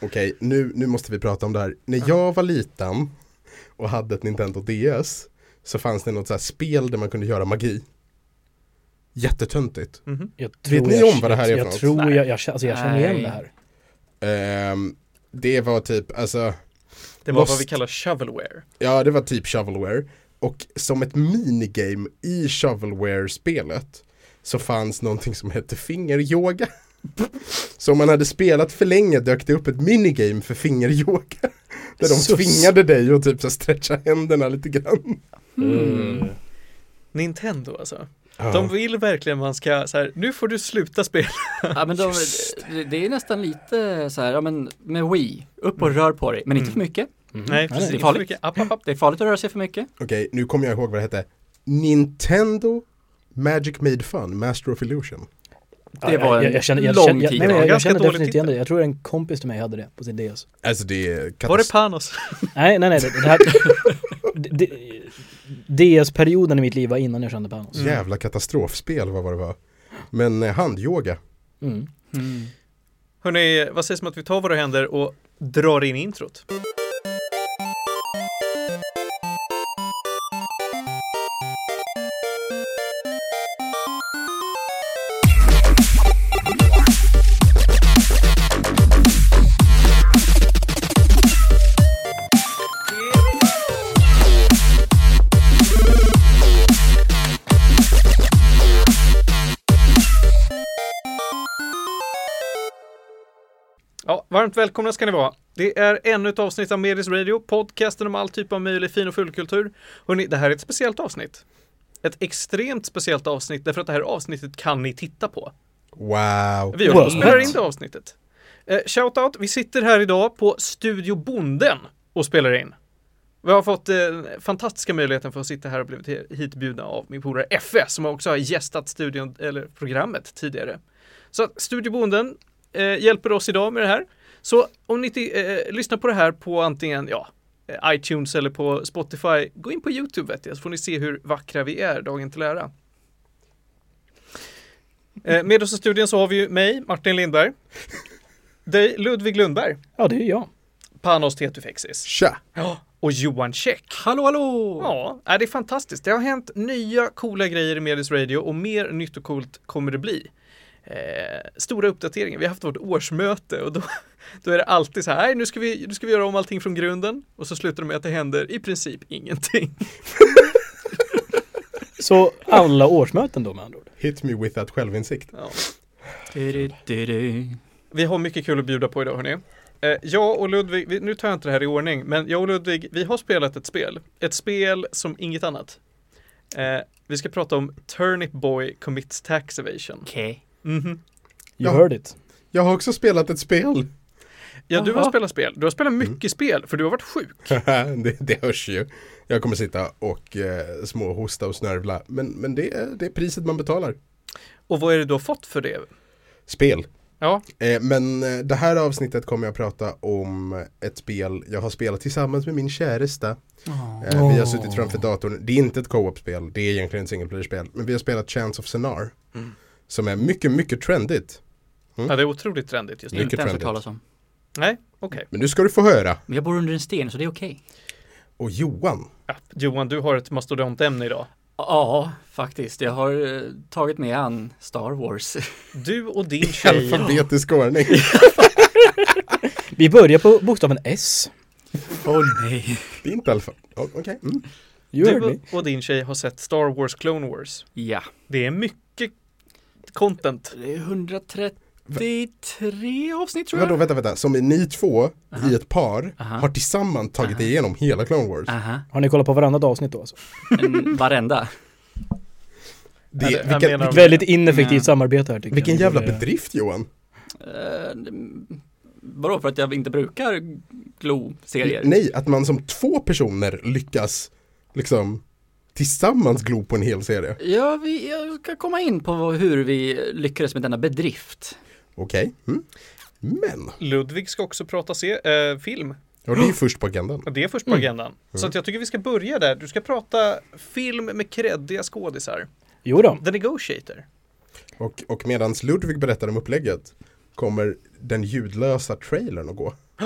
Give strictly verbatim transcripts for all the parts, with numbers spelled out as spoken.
Okej, nu, nu måste vi prata om det här. När jag var liten och hade ett Nintendo D S så fanns det något så här spel där man kunde göra magi. Jättetöntigt. Mm-hmm. Vet ni om vad det här är för jag något? tror jag, jag, alltså jag känner igen Nej. det här. Um, det var typ, alltså... Det var Lost. vad vi kallar shovelware. Ja, det var typ shovelware. Och som ett minigame i shovelware-spelet så fanns någonting som hette fingeryoga. Så om man hade spelat för länge dök det upp ett minigame för fingeryoga. Där de Sus. tvingade dig att typ så stretcha händerna lite grann. Mm. Nintendo alltså. Ja. De vill verkligen man ska så här, nu får du sluta spela. Ja, men de, det, det är nästan lite så här, ja, men med Wii, upp och rör på dig, men inte för mycket. Mm. Nej, Nej, precis. det är Inte farligt. för mycket. App, app, app. Det är farligt att röra sig för mycket. Okej, nu kommer jag ihåg vad det hette. Nintendo Magic Made Fun, Master of Illusion. Det var en jag, jag känner, jag lång känner, jag, tid. nej, men Ja, jag, jag ganska känner dålig definitivt titel. igen det. Jag tror en kompis till mig hade det på sin D S. Alltså det är Var det katastrof. Panos? Nej, nej, nej. Det, det här, det, D S-perioden i mitt liv var innan jag kände Panos. Mm. Jävla katastrofspel, vad var det var. Men eh, handyoga. Mm. Mm. Hörrni, vad sägs om att vi tar våra händer och drar in introt? Ja, varmt välkomna ska ni vara. Det är ännu ett avsnitt av Medis Radio, podcasten om all typ av möjlig fin- och fullkultur. Hörrni, det här är ett speciellt avsnitt. Ett extremt speciellt avsnitt, därför att det här avsnittet kan ni titta på. Wow. Vi har Wow. spelar in det avsnittet. Eh, shoutout, vi sitter här idag på Studio Bonden och spelar in. Vi har fått eh, fantastiska möjligheten för att sitta här och blivit hitbjudna av min polare F S som också har gästat studion, eller programmet tidigare. Så att Studio Bonden eh, hjälper oss idag med det här. Så om ni eh, lyssnar på det här på antingen ja, eh, iTunes eller på Spotify, gå in på YouTube vet jag, så får ni se hur vackra vi är dagen till ära. Eh, med oss i studion så har vi ju mig, Martin Lindberg. Dig, Ludvig Lundberg. Ja, det är jag. Panos Tetufexis. Tja! Ja. Och Johan Käck. Hallå, hallå! Ja, är det är fantastiskt. Det har hänt nya coola grejer i Medis Radio och mer nytt och coolt kommer det bli. Eh, stora uppdateringar. Vi har haft vårt årsmöte och då, då är det alltid så här, nej, nu ska vi, nu ska vi göra om allting från grunden och så slutar det med att det händer i princip ingenting. Så alla årsmöten då med andra ord. Hit me with that självinsikt. Ja. Du, du, du, du. Vi har mycket kul att bjuda på idag, hörni. Eh, jag och Ludvig, vi, nu tar jag inte det här i ordning, men jag och Ludvig, vi har spelat ett spel. Ett spel som inget annat. Eh, vi ska prata om Turnip Boy Commits Tax Evasion. Okej. Mhm. You Ja. heard it. Jag har också spelat ett spel. Ja, du har Jaha. spelat spel. Du har spelat mycket spel, för du har varit sjuk. det, det hörs ju. Jag kommer sitta och eh, små hosta och snörvla. Men, men det, är, det är priset man betalar. Och vad är det du har fått för det? Spel. Ja, Eh, men eh, det här avsnittet kommer jag prata om ett spel jag har spelat tillsammans med min käresta. Oh. Eh, Vi har suttit framför datorn. Det är inte ett co-op-spel. Det är egentligen ett single player-spel. Men vi har spelat Chance of Senar. Mm. Som är mycket, mycket trendigt. ja det är otroligt trendigt just nu. Mycket Inte ens hört trendigt. talas om. Nej, okej. Men nu ska du få höra. Men jag bor under en sten så det är okej. Och Johan. Ja, Johan, du har ett mastodontämne idag. Ja, faktiskt. Jag har eh, tagit med an Star Wars. Du och din tjej. Alfabetisk ordning. Vi börjar på bokstaven S. Åh oh, nej. Det är inte alfa. Oh, Okej. Mm. You heard me. Du och din tjej har sett Star Wars Clone Wars. Ja. Det är mycket content. Det är hundratrettiotre avsnitt tror jag. Vadå, vänta, vänta. Som är ni två Aha. i ett par Aha. har tillsammans tagit Aha. igenom hela Clone Wars. Aha. Har ni kollat på varannat avsnitt då alltså? En, varenda. Det, Ja, det- jag vilken menar- Väldigt ineffektivt Ja. samarbete här tycker vilken jag. jävla Det- bedrift, Johan. Uh, vadå, för att jag inte brukar glo-serier? Nej, att man som två personer lyckas liksom tillsammans glo på en hel serie. Ja, vi, jag ska komma in på hur vi lyckades med denna bedrift. Okej. Mm. Men, Ludvig ska också prata se, äh, film. och det är ju först på agendan. Och det är först på Mm. agendan. Så att jag tycker vi ska börja där. Du ska prata film med kreddiga skådisar. Jo då. The Negotiator. Och, och medans Ludvig berättar om upplägget kommer den ljudlösa trailern att gå.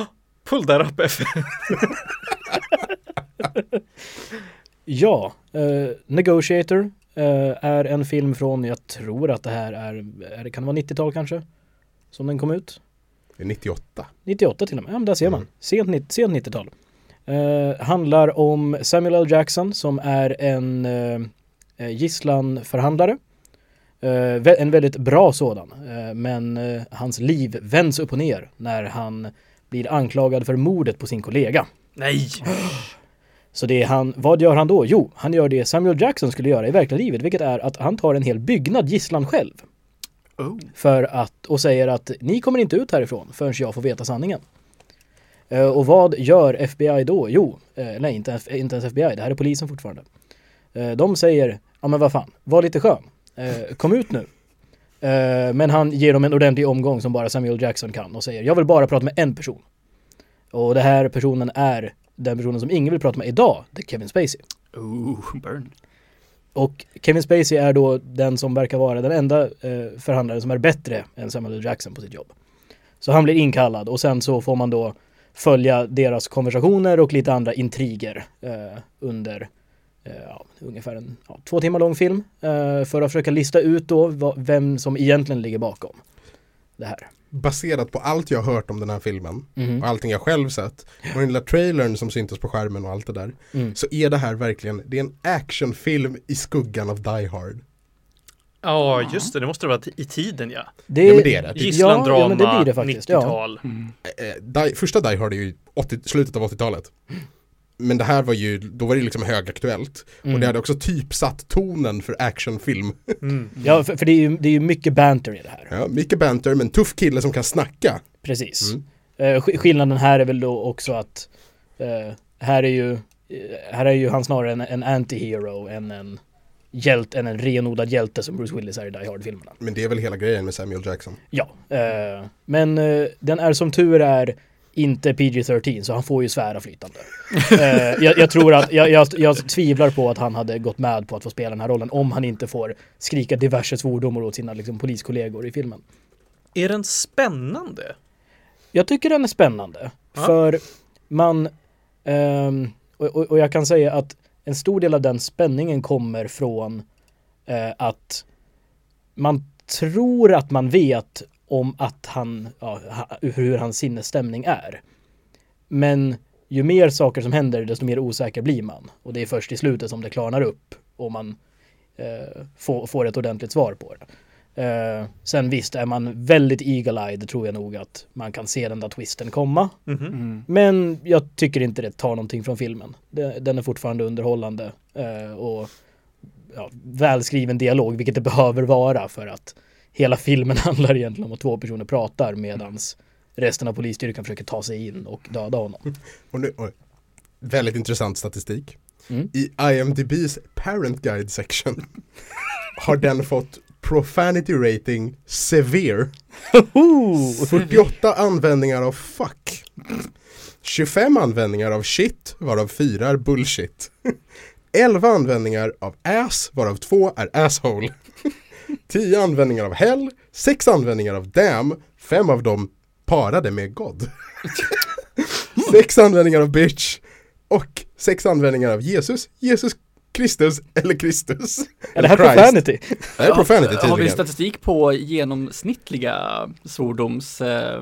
Pull that up, F. Ja, uh, Negotiator uh, är en film från, jag tror att det här är, är det kan det vara nittiotal kanske, som den kom ut. Det är nittioåtta. nittioåtta till och med, ja men där ser man. Mm. Sent, sent nittiotal. Uh, handlar om Samuel L. Jackson som är en uh, gisslanförhandlare. Uh, en väldigt bra sådan. Uh, men uh, hans liv vänds upp och ner när han blir anklagad för mordet på sin kollega. Nej! Så det är han, vad gör han då? Jo, han gör det Samuel Jackson skulle göra i verkliga livet, vilket är att han tar en hel byggnad gisslan själv. Oh. För att, och säger att ni kommer inte ut härifrån förrän jag får veta sanningen. Uh, och vad gör F B I då? Jo, uh, nej inte, inte ens F B I, det här är polisen fortfarande. Uh, de säger, ja men vad fan, var lite skön. Uh, kom ut nu. Uh, men han ger dem en ordentlig omgång som bara Samuel Jackson kan och säger, jag vill bara prata med en person. Och det här personen är den personen som ingen vill prata med idag, det är Kevin Spacey. Ooh, burn. Och Kevin Spacey är då den som verkar vara den enda uh, förhandlaren som är bättre än Samuel L. Jackson på sitt jobb. Så han blir inkallad och sen så får man då följa deras konversationer och lite andra intriger uh, under uh, ja, ungefär en ja, två timmar lång film uh, för att försöka lista ut då vad, vem som egentligen ligger bakom det här. Baserat på allt jag har hört om den här filmen Mm. och allting jag själv sett och den lilla trailern som syntes på skärmen och allt det där, Mm. så är det här verkligen, det är en actionfilm i skuggan av Die Hard. Ja, just det. Det måste vara i tiden, ja. Det, Ja, men det är det. Gisslandrama, ja, men det blir det faktiskt. Ja. nittiotal. Mm. Eh, Die, första Die Hard är ju åttio, slutet av åttiotalet. Men det här var ju, då var det liksom högaktuellt. Mm. Och det hade också typ satt tonen för actionfilm. Mm. Ja, för, för det, är ju, det är ju mycket banter i det här. Ja, mycket banter, men tuff kille som kan snacka. Precis. Mm. Eh, sk- skillnaden här är väl då också att eh, här är ju eh, här är ju han snarare en, en anti-hero än en hjälte, än en renodlad hjälte som Bruce Willis är i Die Hard-filmerna. Men det är väl hela grejen med Samuel Jackson. Ja, eh, men eh, den är som tur är inte P G tretton, så han får ju svära flytande. eh, jag, jag tror att, jag, jag, jag tvivlar på att han hade gått med på att få spela den här rollen om han inte får skrika diverse svordomar åt sina liksom, poliskollegor i filmen. Är den spännande? Jag tycker den är spännande. Ja. För man ehm, och, och, och jag kan säga att en stor del av den spänningen kommer från eh, att man tror att man vet om att han, ja, ha- hur hans sinnesstämning är. Men ju mer saker som händer, desto mer osäker blir man. Och det är först i slutet som det klarnar upp och man eh, får, får ett ordentligt svar på det. Eh, sen visst, är man väldigt eagle-eyed tror jag nog att man kan se den där twisten komma. Mhm. Mm. Men jag tycker inte det tar någonting från filmen. Det, den är fortfarande underhållande eh, och ja, välskriven dialog, vilket det behöver vara för att hela filmen handlar egentligen om att två personer pratar medans resten av polisstyrkan försöker ta sig in och döda honom. Och nu, oj, väldigt intressant statistik. Mm. I I M D B's Parent Guide section har den fått profanity rating severe. fyrtioåtta användningar av fuck. tjugofem användningar av shit, varav fyra är bullshit. elva användningar av ass, varav två är asshole. tio användningar av hell, sex användningar av damn, fem av dem parade med God. sex användningar av bitch och sex användningar av Jesus, Jesus Kristus eller Kristus. Är det här Christ. profanity? Det här är profanity Har vi tydligen. statistik på genomsnittliga svordoms eh,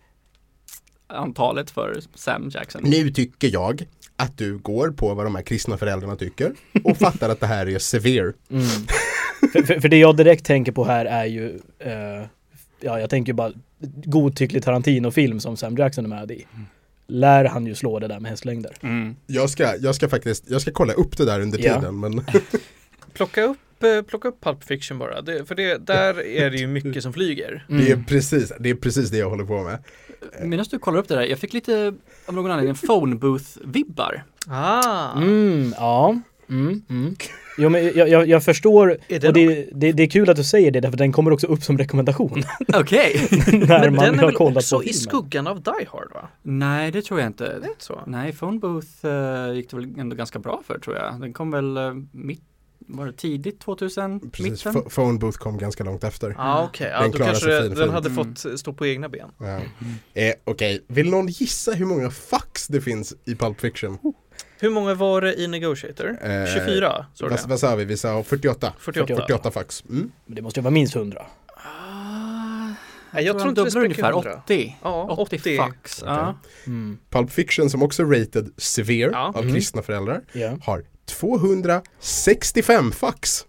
antalet för Sam Jackson? Nu tycker jag att du går på vad de här kristna föräldrarna tycker och fattar att det här är severe. Mm. för, för, för det jag direkt tänker på här är ju eh, ja, jag tänker bara godtycklig Tarantino-film som Sam Jackson är med i. Lär han ju slå det där med hästlängder. Mm. Jag ska, jag ska faktiskt, jag ska kolla upp det där under Ja. tiden, men Plocka upp, eh, plocka upp Pulp Fiction bara. Det, för det, där är det ju mycket som flyger. Mm. det är precis, det är precis det jag håller på med. Medan du kollar upp det där, jag fick lite av någon anledning phone booth-vibbar. Ah! Mm, ja. Mm, mm. Jo, men jag, jag, jag förstår, Är det och det, det, det är kul att du säger det, därför den kommer också upp som rekommendation Okej. när Men man den är har väl kollat också på i filmen. skuggan av Die Hard, va? Nej, det tror jag inte. Det är inte så. Nej, phone booth eh, gick det väl ändå ganska bra för, tror jag. Den kom väl eh, mitt var det tidigt tvtusen? Precis, Mitten? F- Phone Booth kom ganska långt efter. Ah, okej. Ja, Den då klarar kanske sig det, fin, den fin. hade Mm. fått stå på egna ben. Ja. Eh, Okej, vill någon gissa hur många fucks det finns i Pulp Fiction? Hur många var det i Negotiator? Eh, tjugofyra, sa du Vad, det? vad sa vi? Vi sa fyrtioåtta. fyrtioåtta. fyrtioåtta fucks. Mm. Men det måste ju vara minst hundra. Ah, Nej, jag tror inte det dubblar ungefär ungefär åttio. Ja, åttio åttio. fax. Ja. Mm. Pulp Fiction som också är rated severe Ja. av Mm. kristna föräldrar Ja. har tvåhundrasextiofem fucks.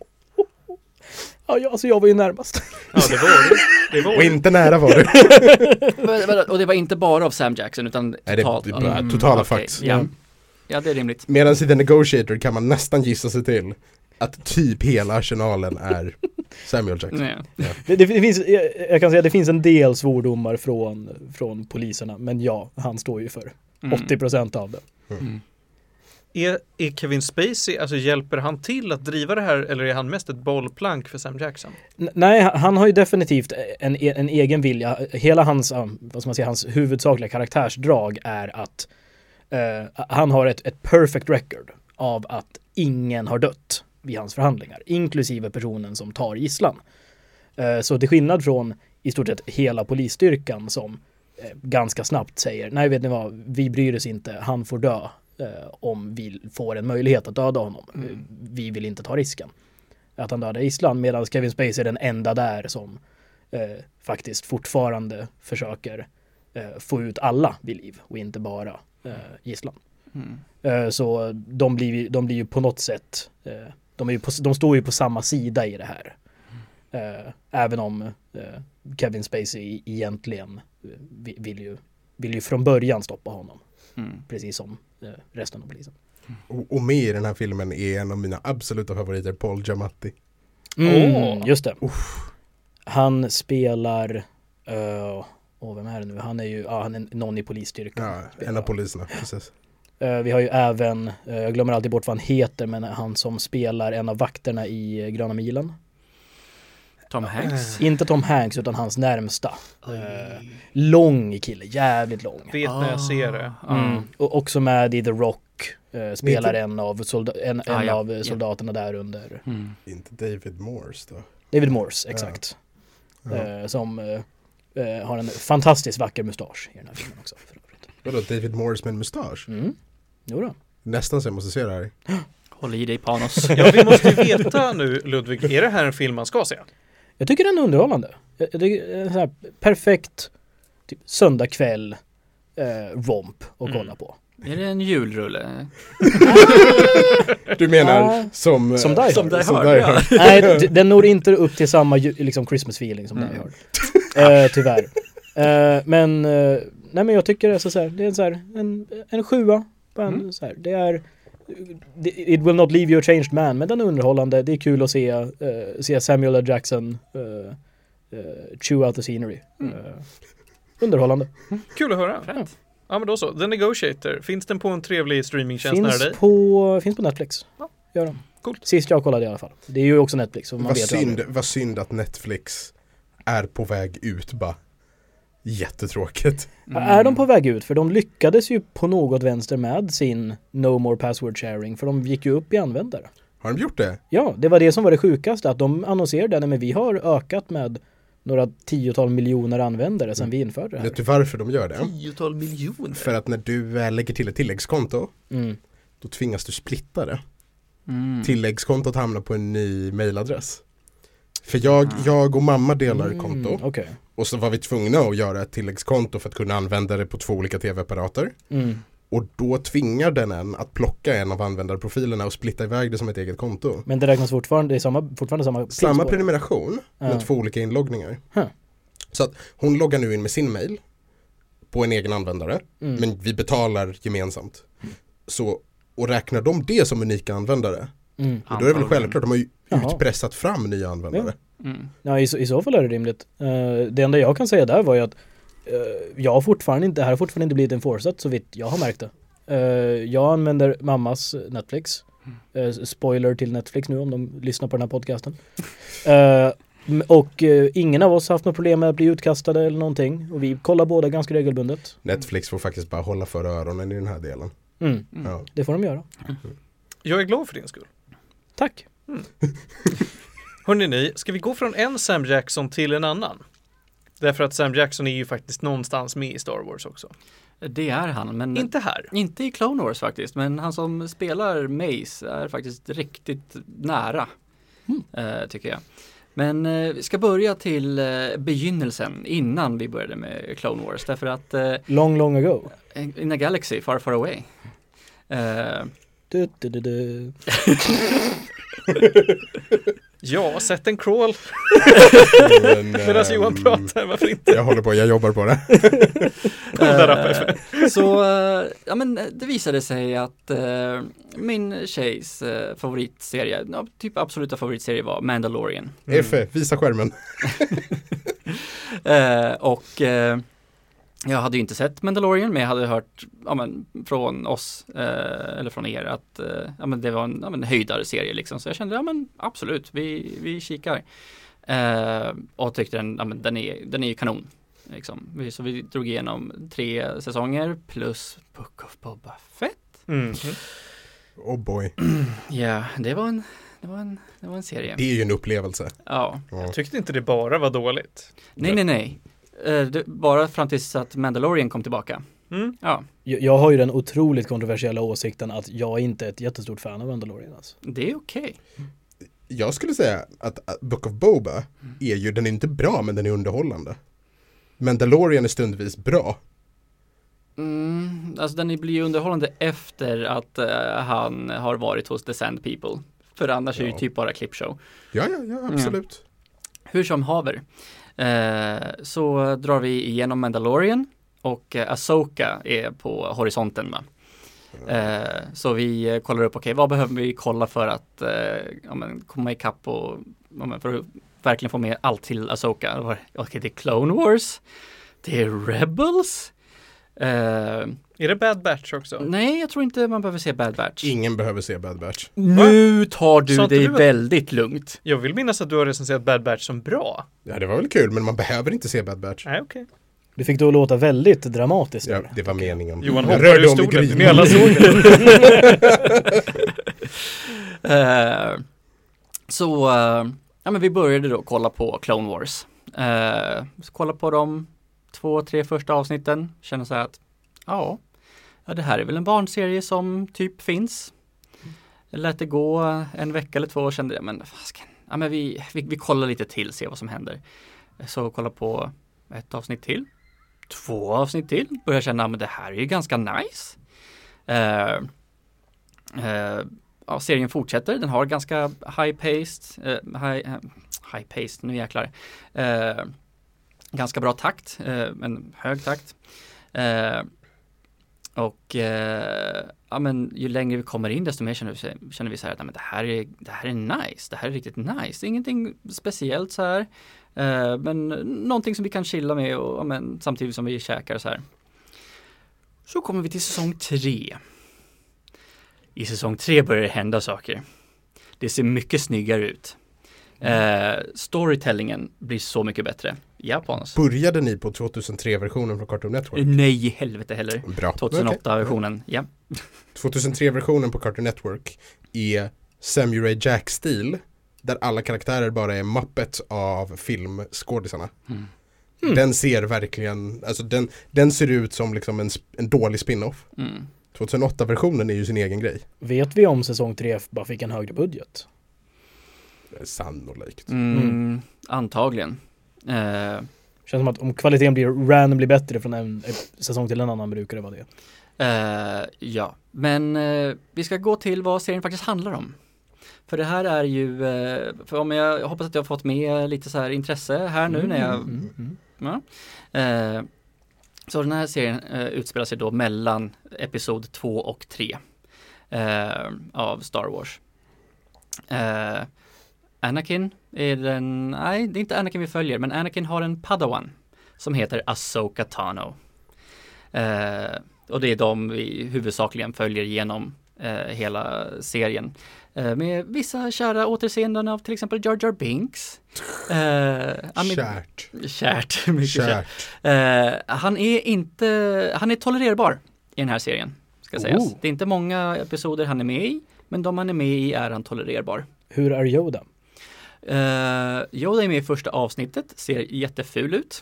Ja, ja, alltså jag var ju närmast. Ja, det var det. Det var Och det. inte nära var det. Men- men- Och det var inte bara av Sam Jackson utan Nej, det totalt. är Ja. bara Mm, totala Okej, fucks. Ja. Mm. ja, det är rimligt. Medan i The Negotiator kan man nästan gissa sig till att typ hela arsenalen är Samuel Jackson. Nej. Det, det, det finns, jag, jag kan säga att det finns en del svordomar från, från poliserna, men ja, han står ju för Mm. åttio procent av det. Mm. Är, är Kevin Spacey, alltså hjälper han till att driva det här eller är han mest ett bollplank för Sam Jackson? N- Nej, han har ju definitivt en, en egen vilja. Hela hans, um, vad ska man säga, hans huvudsakliga karaktärsdrag är att uh, han har ett, ett perfect record av att ingen har dött vid hans förhandlingar, inklusive personen som tar gisslan. Uh, så till skillnad från i stort sett hela polisstyrkan som uh, ganska snabbt säger, nej vet ni vad, vi bryr oss inte, han får dö uh, om vi får en möjlighet att döda honom. Mm. Uh, vi vill inte ta risken att han dödar gisslan, medan Kevin Spacey är den enda där som eh, faktiskt fortfarande försöker eh, få ut alla vid liv och inte bara eh, gisslan. Mm. Eh, så de blir, ju- de blir ju på något sätt, eh, de, är ju på, de står ju på samma sida i det här. Eh, även om eh, Kevin Spacey egentligen eh, vi- vill, ju, vill ju från början stoppa honom, Mm. precis som eh, resten av polisen. Och, och med i den här filmen är en av mina absoluta favoriter, Paul Giamatti. Mm, Åh. just det. Han spelar, uh, åh, vem är det nu? Han är ju, ja, han är någon i polisstyrkan. Ja, Spelar. en av poliserna, precis. Eh, vi har ju även, eh, jag glömmer alltid bort vad han heter, men han som spelar en av vakterna i eh, Gröna milen. Tom Hanks. Inte Tom Hanks utan hans närmsta. Eh, lång kille, jävligt lång. Vet när jag ser det. Mm. Och också med i The Rock. eh, spelar Inte- en av, solda- en, en Ah, ja, av eh, ja. soldaterna där under. Mm. Inte David Morse då. David Morse, exakt. Ja. Eh, som eh, eh, har en fantastiskt vacker mustasch i den här filmen också. För övrigt. Vadå, David Morse med en mustasch? Mm. Jo då. Nästan så jag måste se det här. Håll i dig Panos. Ja, vi måste ju veta nu, Ludvig, är det här en film man ska se? Jag tycker den är underhållande. Jag jag tycker det är en sån här perfekt typ, söndagkväll eh, romp att Mm. kolla på. Är det en julrulle? Du menar Ja. som... eh, Som Die Hard. Som Die Som Hard, Die ja. Hard. Nej, d- den når inte upp till samma ju- liksom Christmas feeling som Mm. Die Hard. Eh, tyvärr. Eh, men, eh, nej men jag tycker det är så här, det är en, så här, en, en sjua. På en, Mm. så här, det är It will not leave you a changed man, men den är underhållande. Det är kul att se, eh, se Samuel L. Jackson uh, chew out the scenery. Mm. Eh, underhållande. Kul att höra. Fränt. Ja, men då så. The Negotiator. Finns den på en trevlig streamingtjänst nära dig? Finns på, finns på Netflix. Ja. Gör den. Coolt. Sist jag kollade i alla fall. Det är ju också Netflix. Så man Vad vet ju synd, aldrig. vad synd att Netflix är på väg ut bara. Jättetråkigt. Mm. Är de på väg ut? För de lyckades ju på något vänster med sin No More Password Sharing. För de gick ju upp i användare. Har de gjort det? Ja, det var det som var det sjukaste. Att de annonserade att men vi har ökat med några tiotal miljoner användare sedan Mm. vi införde det här. Vet du varför de gör det? Tiotal miljoner. För att när du eh, lägger till ett tilläggskonto, Mm. då tvingas du splitta det. Mm. Tilläggskontot hamnar på en ny mailadress. För jag, Ah. jag och mamma delar Mm, konto. Okej. Och så var vi tvungna att göra ett tilläggskonto för att kunna använda det på två olika tv-apparater. Mm. Och då tvingar den en att plocka en av användarprofilerna och splitta iväg det som ett eget konto. Men det räknas fortfarande, det är samma, fortfarande samma pris Samma på det. prenumeration med Ja. två olika inloggningar. Huh. Så att hon loggar nu in med sin mail på en egen användare. Mm. Men vi betalar gemensamt. Så, och räknar de det som unika användare, Mm. då är det väl Antagligen. självklart, de har ju Jaha. utpressat fram nya användare. Mm. Ja, i, så- i så fall är det rimligt. Eh, det enda jag kan säga där var ju att uh, jag har fortfarande inte, det här har fortfarande inte blivit enforced så vitt jag har märkt det. Eh, jag använder mammas Netflix. Eh, spoiler till Netflix nu om de lyssnar på den här podcasten. Eh, m- och eh, ingen av oss har haft något problem med att bli utkastade eller någonting. Och vi kollar båda ganska regelbundet. Netflix får faktiskt bara hålla för öronen i den här delen. Mm, Mm. Ja. det får de göra. Jag är glad för din skull. Tack. Mm. Hörrni ni, ska vi gå från en Sam Jackson till en annan? Därför att Sam Jackson är ju faktiskt någonstans med i Star Wars också. Det är han, men Inte här. inte i Clone Wars faktiskt. Men han som spelar Mace är faktiskt riktigt nära, Mm. eh, tycker jag. Men eh, vi ska börja till eh, begynnelsen innan vi började med Clone Wars. Därför att eh, Long, long ago. in a galaxy far, far away. Eh, Du, du, du, du. Ja, sätt en crawl Men, medan ehm, Johan pratar, varför inte? Jag håller på, jag jobbar på det. Kom där uppe. Eh, så eh, ja, men det visade sig att eh, min tjejs eh, favoritserie, ja, typ absoluta favoritserie var Mandalorian. Effe, visa skärmen. Eh, och eh, jag hade ju inte sett Mandalorian, men jag hade hört ja, men, från oss eh, eller från er att eh, ja, men det var en ja, men, höjdare serie liksom. Så jag kände, ja men absolut, vi, vi kikar. Eh, och tyckte den, ja, men, den, är, den är ju kanon. Liksom. Vi, så vi drog igenom tre säsonger plus Book of Boba Fett. Mm. Oh boy. Ja, det var en, det var en, det var en serie. Det är ju en upplevelse. Ja. Ja. Jag tyckte inte det bara var dåligt. Nej, nej, nej. Eh, det, bara fram tills att Mandalorian kom tillbaka. Mm. Ja, Jag jag har ju den otroligt kontroversiella åsikten att jag inte är ett jättestort fan av Mandalorian. Alltså. det är okej. Jag skulle säga att att Book of Boba är ju, den är inte bra men den är underhållande. Mandalorian är stundvis bra. Mm, alltså den blir ju underhållande efter att uh, han har varit hos The Sand People. För annars är det Ja. ju typ bara klippshow. Ja, ja, ja, absolut. Hur som haver. Uh, så drar vi igenom Mandalorian och uh, Ahsoka är på horisonten. Va? Uh, så vi uh, kollar upp, okej, okay, vad behöver vi kolla för att uh, ja, men, komma ikapp och ja, men, för att verkligen få med allt till Ahsoka. Okej, okay, det är Clone Wars, det är Rebels. Uh, Är det Bad Batch också? Nej, jag tror inte man behöver se Bad Batch. Ingen behöver se Bad Batch. Nu tar du Sa inte dig du att- väldigt lugnt. Jag vill minnas att du har recenserat Bad Batch som bra. Ja, det var väl kul, men man behöver inte se Bad Batch. Nej, okej. Du fick då låta väldigt dramatiskt. Ja, där. det var meningen. Johan Jag hoppade rörde ur om i stolen. grytan. Ni alla såg det. Uh, så, uh, ja men vi började då kolla på Clone Wars. Uh, så kolla på de två, tre första avsnitten. Känner så här att, ja, ja, det här är väl en barnserie som typ finns. Jag lät det gå en vecka eller två och kände, men fasken, ja men vi, vi, vi kollar lite till, se vad som händer. Så kolla på ett avsnitt till. Två avsnitt till. Börjar känna, men det här är ju ganska nice. Uh, uh, ja, serien fortsätter. Den har ganska high-paced. Uh, high, uh, high-paced, nu jäklar. Uh, ganska bra takt. Uh, en hög takt. Uh, och uh, ja, men ju längre vi kommer in desto mer känner vi, känner vi så här att nej, men det, här är, det här är nice. Det här är riktigt nice. Ingenting speciellt så här. Uh, men någonting som vi kan chilla med och, ja, men, samtidigt som vi käkar så här. Så kommer vi till säsong tre. I säsong tre börjar det hända saker. Det ser mycket snyggare ut. Uh, storytellingen blir så mycket bättre. Ja, på oss. Började ni på tjugohundratre-versionen från Cartoon Network? Nej, i helvete heller. Bra. tjugohundraåtta-versionen, ja. tjugohundratre-versionen på Cartoon Network är Samurai Jack-stil, där alla karaktärer bara är Muppet av filmskådisarna. Mm. Mm. Den ser verkligen, alltså den, den ser ut som liksom en, sp- en dålig spin-off. Mm. tjugohundraåtta-versionen är ju sin egen grej. Vet vi om säsong tre bara fick en högre budget? Sannolikt. Mm, Mm. Antagligen. Uh, Känns som att om kvaliteten blir randomly bättre från en en säsong till en annan brukar det vara det. uh, ja, men uh, vi ska gå till vad serien faktiskt handlar om. För det här är ju, uh, för om jag, jag hoppas att jag har fått med lite så här intresse här nu när jag Mm, mm. Ja. Eh, så den här serien eh, utspelar sig då mellan episod två och tre eh, av Star Wars. Eh, Anakin är den, nej det är inte Anakin vi följer, men Anakin har en padawan som heter Ahsoka Tano. Eh, och det är de vi huvudsakligen följer genom eh, hela serien. Eh, med vissa kära återseenden av till exempel Jar Jar Binks. Eh, Ami- Kärt. Kärt, mycket kärt. Kärt. Eh, han är inte, han är tolererbar i den här serien, ska sägas. Oh. Det är inte många episoder han är med i, men de han är med i är han tolererbar. Hur är Yoda? Uh, Yoda är med i första avsnittet, ser jätteful ut.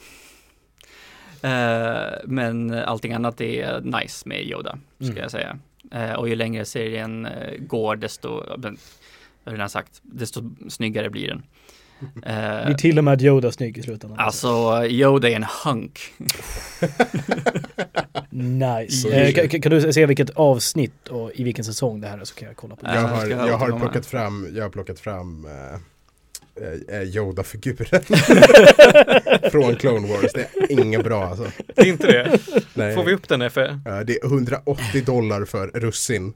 Uh, men allting annat är nice med Yoda, ska Mm. jag säga. Uh, och ju längre serien uh, går, desto, jag har redan sagt, desto snyggare blir den. Uh, Blir till och med Yoda snygg i slutändan. alltså, Yoda är en hunk. Nice. Så Eh, det- kan, kan du säga vilket avsnitt och i vilken säsong det här är, så kan jag kolla på det. Jag Ja, har, ska jag har återkomma. plockat fram, jag har plockat fram äh, äh, Yoda-figuren från Clone Wars. Det är inget bra alltså. Det är inte det. Nej. Får vi upp den F? Ja, det är hundraåttio dollar för russin.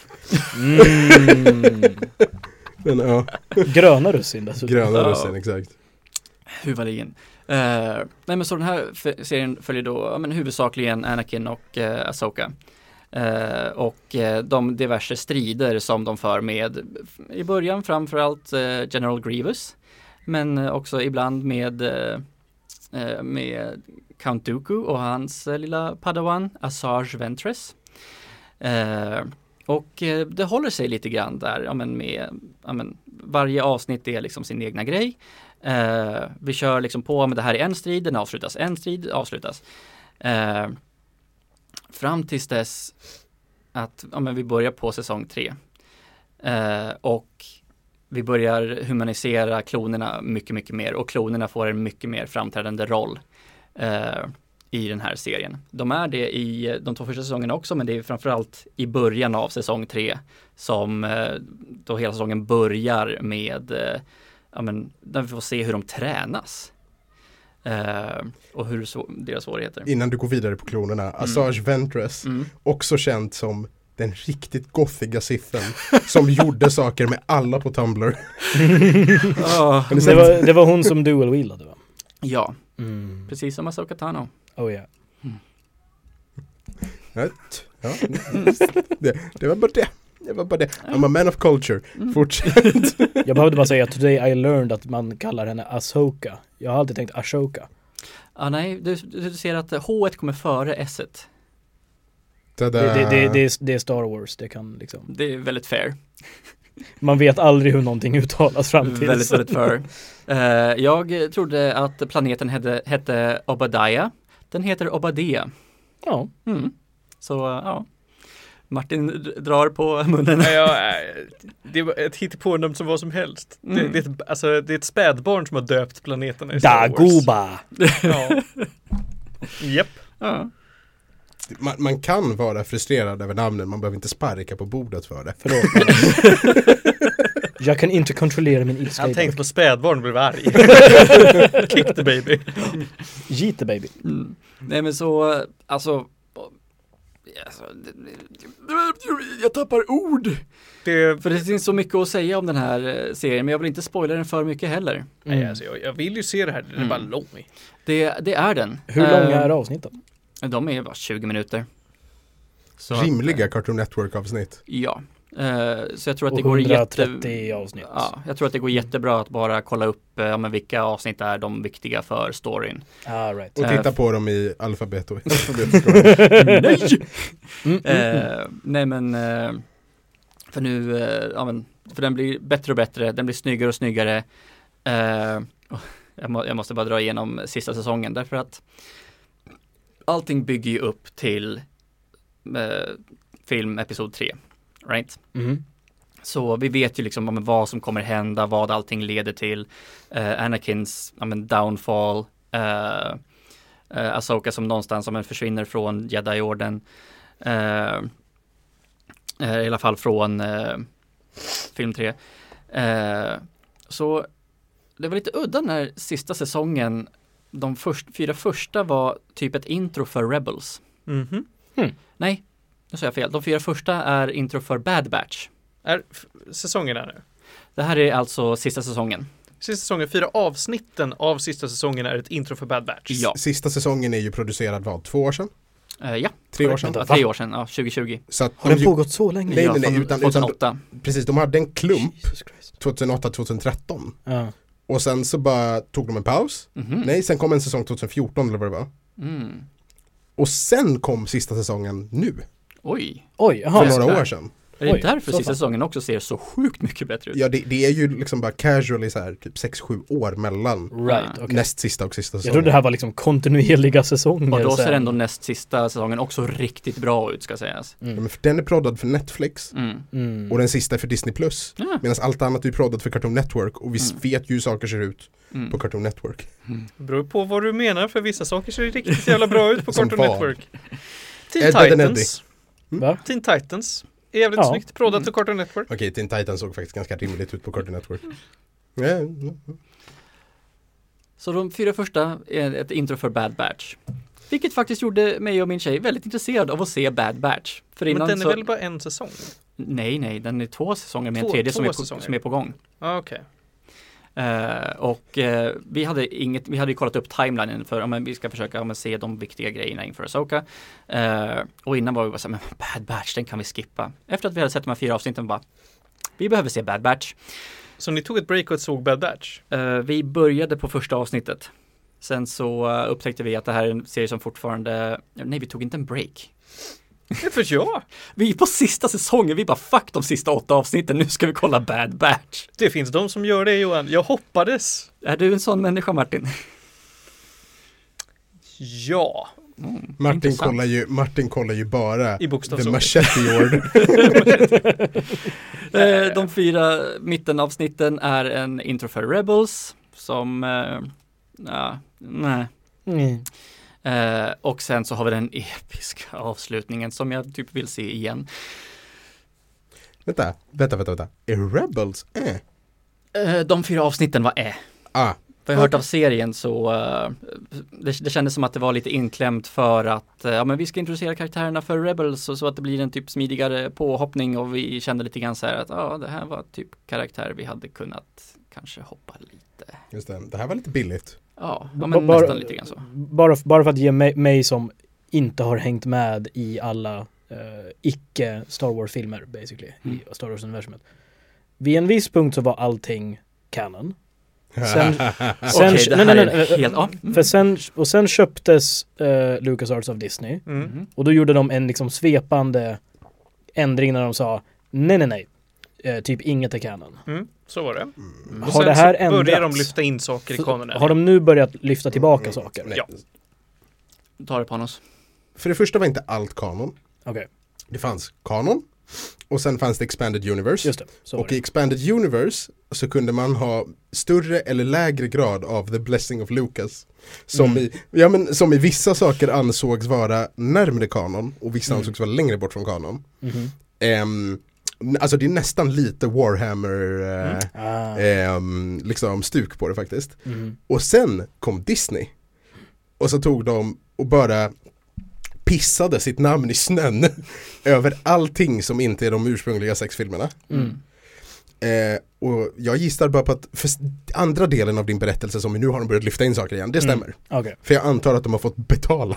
Mm. Men, ja, Gröna russin dessutom. gröna Ja. russin, exakt. Huvudligen. Uh, nej men så den här f- serien följer då ja, men huvudsakligen Anakin och uh, Ahsoka. Uh, och uh, de diverse strider som de för med i början framförallt uh, General Grievous. Men uh, också ibland med, uh, uh, med Count Dooku och hans uh, lilla padawan Asajj Ventress. Uh, och uh, det håller sig lite grann där ja, men med ja, men varje avsnitt är liksom sin egna grej. Uh, vi kör liksom på med det här i en strid, den avslutas, en strid avslutas. Uh, fram tills dess att ja, men vi börjar på säsong tre. Uh, och vi börjar humanisera klonerna mycket, mycket mer. Och klonerna får en mycket mer framträdande roll uh, i den här serien. De är det i de två första säsongerna också, men det är framförallt i början av säsong tre som uh, då hela säsongen börjar med uh, ja, men, där vi får se hur de tränas. Uh, och hur så, deras svårigheter. Innan du går vidare på klonerna, Asajj Ventress, Mm. också känd som den riktigt gothiga siffen som gjorde saker med alla på Tumblr. Oh, Har ni Det sett? var, det var hon som dual wheelade va? ja, Mm. precis som Ahsoka Tano. Oh ja. Rätt. Ja. Det, det var bara det. Det var bara det. I'm a man of culture. Mm. Fortsätt. Jag behövde bara säga today I learned att man kallar henne Ahsoka. Jag har alltid tänkt Ashoka. Ah, nej, du, du ser att H kommer före S-et. Tada. Det, det, det, det, är, det är Star Wars, det kan liksom. Det är väldigt fair. Man vet aldrig hur någonting uttalas fram till. Väldigt, väldigt fair. Uh, jag trodde att planeten hette, hette Obadiah. Den heter Obadiah. Ja. Mm. Så uh, ja. Martin d- drar på munnen. Nej, ja, äh, det var ett hittepånamn som vad som helst. Det, Mm. det, är ett, alltså, det är ett spädbarn som har döpt planeterna i Star Wars. Dagoba. Ja. Japp. Ja. Man, man kan vara frustrerad över namnen, man behöver inte sparka på bordet för det. Förlåt. Jag kan inte kontrollera min ilska. Han idag. tänkte på spädbarn och blev arg. Kick the baby. Yeet the baby. Mm. Nej men så, alltså, alltså jag tappar ord. Det, För det finns så mycket att säga om den här eh, serien, men jag vill inte spoila den för mycket heller. nej, alltså, jag, jag vill ju se det här, den är Mm. bara lång. Det, det är den. Hur långa Eh, är avsnitten? De är bara tjugo minuter. Så Rimliga att, Cartoon Network-avsnitt. ja. Eh, så jag tror att det Och går jätte... hundratrettio avsnitt. Ja, jag tror att det går jättebra att bara kolla upp eh, ja, men vilka avsnitt är de viktiga för storyn. Ah, right. Och Eh, titta på dem i alfabet och Nej! Mm, mm, mm. Eh, nej men, eh, för nu, eh, ja men, för den blir bättre och bättre, den blir snyggare och snyggare. Eh, jag, må, jag måste bara dra igenom sista säsongen därför att allting bygger ju upp till eh, film episod tre, right? Mm. Så vi vet ju liksom ja, men, vad som kommer hända, vad allting leder till. Eh, Anakins ja, men, downfall, eh, eh, Ahsoka som någonstans ja, men, försvinner från Jedi-orden. Eh, eh, I alla fall från eh, film tre. Eh, så det var lite udda när sista säsongen, de först, fyra första var typ ett intro för Rebels. Mhm. Nej, nu sa jag fel. De fyra första är intro för Bad Batch. Är f- säsongerna nu? Det här är alltså sista säsongen. Sista säsongen, fyra avsnitten av sista säsongen är ett intro för Bad Batch. Ja. Sista säsongen är ju producerad vad? Två år sedan? Eh, ja, Tre år sedan? ja, tre år sedan, ja, tjugo tjugo. Så att Har de den ju- pågått så länge? Nej, ja, nej, nej, från utan- utan- tjugohundraåtta. Precis, de hade en klump Jesus Christ. tjugohundraåtta tjugohundratretton. Ja. Och sen så bara tog de en paus. Mhm. Nej, sen kom en säsong tjugohundrafjorton eller vad det var. Mm. Och sen kom sista säsongen nu, Oj. Oj, för jaha. några där. år sedan. Är det Oj, därför så sista fan. säsongen också ser så sjukt mycket bättre ut? Ja, det, det är ju liksom bara casually så här, typ sex sju år mellan Right, Ja. okej. näst sista och sista Jag säsongen. trodde det här var liksom kontinuerliga säsonger. Och då ser sen. ändå näst sista säsongen också riktigt bra ut, ska sägas. Ja, men för den är proddad för Netflix Mm. Mm. och den sista är för Disney plus. Ja. Medan allt annat är proddat för Cartoon Network och vi Mm. vet ju hur saker ser ut Mm. på Cartoon Network. Mm. Det beror på vad du menar, för vissa saker ser riktigt jävla bra ut på Som Cartoon vad? Network. Ed, Teen Ed and Titans. Va? Teen Titans. Är jävligt Ja. snyggt. Proddat Mm. till Cartoon Network. Okej, Teen Titans såg faktiskt ganska rimligt ut på Cartoon Network. Ja, ja, ja. Så de fyra första är ett intro för Bad Batch. Vilket faktiskt gjorde mig och min tjej väldigt intresserad av att se Bad Batch. För Men innan den är så... väl bara en säsong? Nej, nej, den är två säsonger med Två- en tredje två som är, på, säsonger. som är på gång. Ah, okej. Eh, och eh, vi hade inget, vi hade ju kollat upp timelinen för om vi ska försöka om, se de viktiga grejerna inför Ahsoka. Eh, och innan var vi bara så här, men Bad Batch, den kan vi skippa. Efter att vi hade sett de här fyra avsnitten bara, vi behöver se Bad Batch. Så ni tog ett break och såg Bad Batch? Eh, vi började på första avsnittet. Sen så uh, upptäckte vi att det här är en serie som fortfarande, nej vi tog inte en break. Det för jag. Vi är på sista säsongen, vi bara fuck de sista åtta avsnitten, nu ska vi kolla Bad Batch. Det finns de som gör det, Johan. Jag hoppades. Är du en sån människa, Martin? Ja. Mm, Martin, intressant. kollar ju, Martin kollar ju bara I The bokstavsordning. Machete Ord. Eh, de fyra mittenavsnitten är en intro för Rebels som, eh, ja, nej. Mm. Eh, och sen så har vi den episka avslutningen som jag typ vill se igen. Vänta, vänta, vänta, vänta. Är Rebels? Eh. Eh, de fyra avsnitten var eh. Ah, Vad jag hört av serien så uh, det, det kändes som att det var lite inklämt för att uh, ja, men vi ska introducera karaktärerna för Rebels och så att det blir en typ smidigare påhoppning och vi kände lite grann så här att ja, det här var typ karaktär vi hade kunnat kanske hoppa lite. just det. Det här var lite billigt. Ja, ja B- men bara- nästan lite grann så. Bara, bara för att ge mig, mig som inte har hängt med i alla eh, icke Star Wars-filmer basically, Mm. i Star Wars-universumet. Vid en viss punkt så var allting canon. Sen- Sen, Okej, det nej, här nej, nej, är helt, ja. För sen, och sen köptes uh, LucasArts av Disney. Mm. Mhm. Och då gjorde de en liksom svepande ändring när de sa nej, nej, nej. Eh, typ inget är canon. Mm. Så var det. Mm. Och Har sen det här så började ändrats? de lyfta in saker i kanonen. Har de nu börjat lyfta tillbaka saker? Nej. Ja. Ta det på oss. För det första var inte allt kanon. Okej, Det fanns kanon. Och sen fanns det Expanded Universe. just det. Så var Och i det. Expanded Universe så kunde man ha större eller lägre grad av The Blessing of Lucas. Som, Mm. i, ja, men, som i vissa saker ansågs vara närmare kanon och vissa Mm. ansågs vara längre bort från kanon. Mhm. Ehm, alltså det är nästan lite Warhammer eh, Ah. ehm, liksom stuk på det faktiskt. Mhm. Och sen kom Disney. Och så tog de och bara pissade sitt namn i snön över allting som inte är de ursprungliga sex filmerna. Mm. Eh, och jag gissar bara på att för s- andra delen av din berättelse som vi nu har de börjat lyfta in saker igen, det Mm. stämmer. Okej. För jag antar att de har fått betala.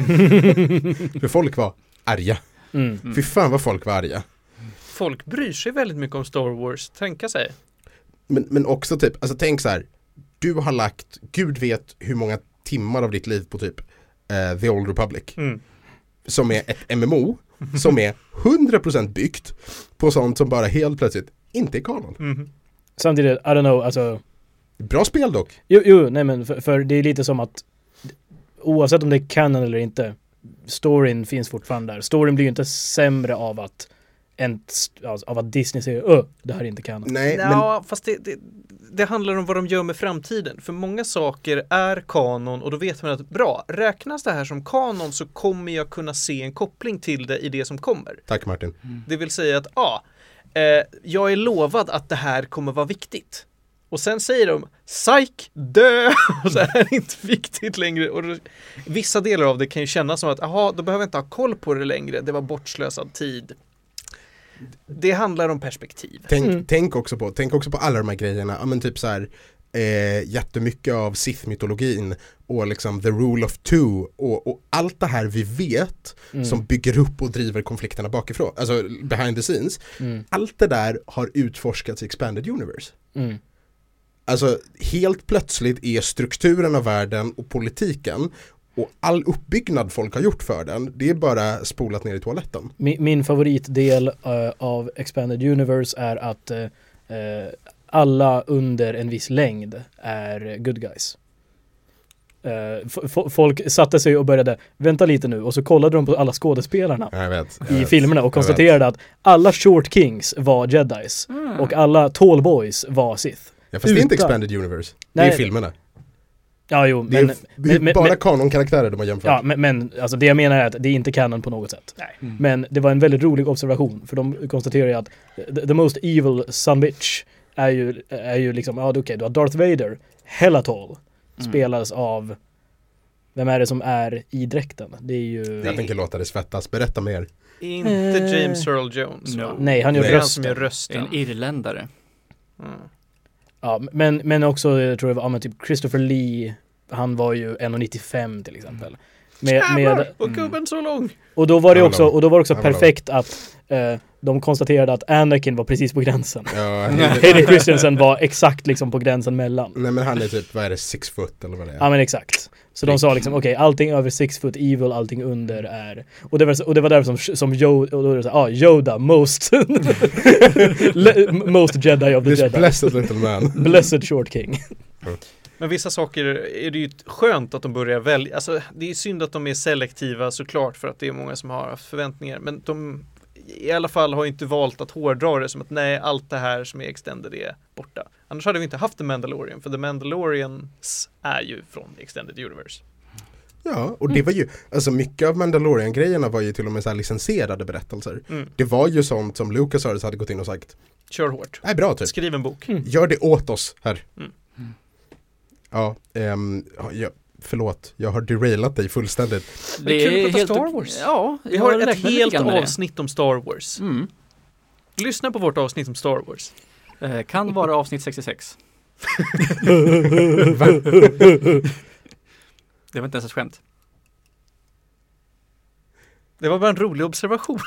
För folk var arga. Mm. Mm. Fy fan vad folk var arga. Folk bryr sig väldigt mycket om Star Wars, tänka sig. Men, men också typ, alltså tänk så här. Du har lagt, Gud vet hur många timmar av ditt liv på typ eh, The Old Republic. Mm. Som är ett M M O som är hundra procent byggt på sånt som bara helt plötsligt inte är kanon. Mm. Samtidigt, I don't know, alltså Bra spel dock. Jo, jo nej men för, för det är lite som att oavsett om det är canon eller inte, storyn finns fortfarande där. Storyn blir ju inte sämre av att en, alltså, av att Disney säger öh, det här är inte canon. Nej, men Ja, fast det, det, det handlar om vad de gör med framtiden. För många saker är kanon och då vet man att bra, räknas det här som kanon så kommer jag kunna se en koppling till det i det som kommer. tack Martin. Det vill säga att ja, eh, jag är lovad att det här kommer vara viktigt. Och sen säger de, psyk, dö! Och så är det inte viktigt längre. Och då, vissa delar av det kan ju kännas som att, aha, då behöver jag inte ha koll på det längre. Det var bortslösad tid. Det handlar om perspektiv. Tänk, Mm. tänk, också på, tänk också på alla de här grejerna. Ja, men typ så här, eh, jättemycket av Sith-mytologin och liksom the rule of two och, och allt det här vi vet Mm. som bygger upp och driver konflikterna bakifrån, alltså behind the scenes. Mm. Allt det där har utforskats i Expanded Universe. Mm. Alltså helt plötsligt är strukturen av världen och politiken Och all uppbyggnad folk har gjort för den, det är bara spolat ner i toaletten. Min, min favoritdel uh, av Expanded Universe är att uh, uh, alla under en viss längd är good guys. Uh, f- folk satte sig och började vänta lite nu och så kollade de på alla skådespelarna Jag vet, jag i vet, filmerna och konstaterade att alla short kings var jedis Mm. och alla tall boys var Sith. Ja, fast det är inte Utan- Expanded Universe. Nej. Det är filmerna. Ja, jo, Det är, men, det är men, bara men, kanonkaraktärer de har jämfört. ja, men, men alltså det jag menar är att det är inte canon på något sätt. Nej. Mm. Men det var en väldigt rolig observation för de konstaterar ju att the, the most evil son bitch är ju, är ju liksom, ja okej, okay, du har Darth Vader, hella tall, Mm. spelas av, vem är det som är i dräkten? Det är ju... Jag tänker låta det svettas. Berätta mer. Inte Eh. James Earl Jones. No. va? Nej, han gör Det är han som gör rösten. rösten. En irländare. Mm. Ja, men, men också, jag tror det var, ja, men typ Christopher Lee, han var ju en komma nittiofem till exempel. Med, Jävlar, med, och gubben så lång. och då var det Han var också, lång. och då var det också Han var perfekt att eh, de konstaterade att Anakin var precis på gränsen. Ja, Hayden Christensen var exakt liksom på gränsen mellan. nej men han är typ, vad är det, six foot eller vad det är? Ja men exakt. Så de sa liksom okej, okay, allting över six foot evil, allting under är... Och det var, och det var därför som, som Yoda, och då är det så, ah, Yoda, most Le, most Jedi of the This Jedi. blessed little man. Blessed short king. Men vissa saker är det ju skönt att de börjar välja. Alltså det är synd att de är selektiva såklart för att det är många som har haft förväntningar. Men de i alla fall har inte valt att hårdra det som att nej, allt det här som är extended är borta. Annars hade vi inte haft The Mandalorian, för The Mandalorians är ju från The Extended Universe. Ja, och det var ju, alltså mycket av Mandalorian-grejerna var ju till och med så här licensierade berättelser. Mm. Det var ju sånt som LucasArts hade gått in och sagt, Kör hårt. nej bra typ, Skriv en bok. Mm. gör det åt oss här. Mm. Ja, ehm, ja, förlåt, jag har derailat dig fullständigt. Det är kul att prata Star Wars. Ja, Vi jag har räknat ett lite helt grann med det. avsnitt om Star Wars. Mm. Lyssna på vårt avsnitt om Star Wars. Eh, kan vara avsnitt sextiosex. Va? Det var inte ens ett skämt. Det var bara en rolig observation.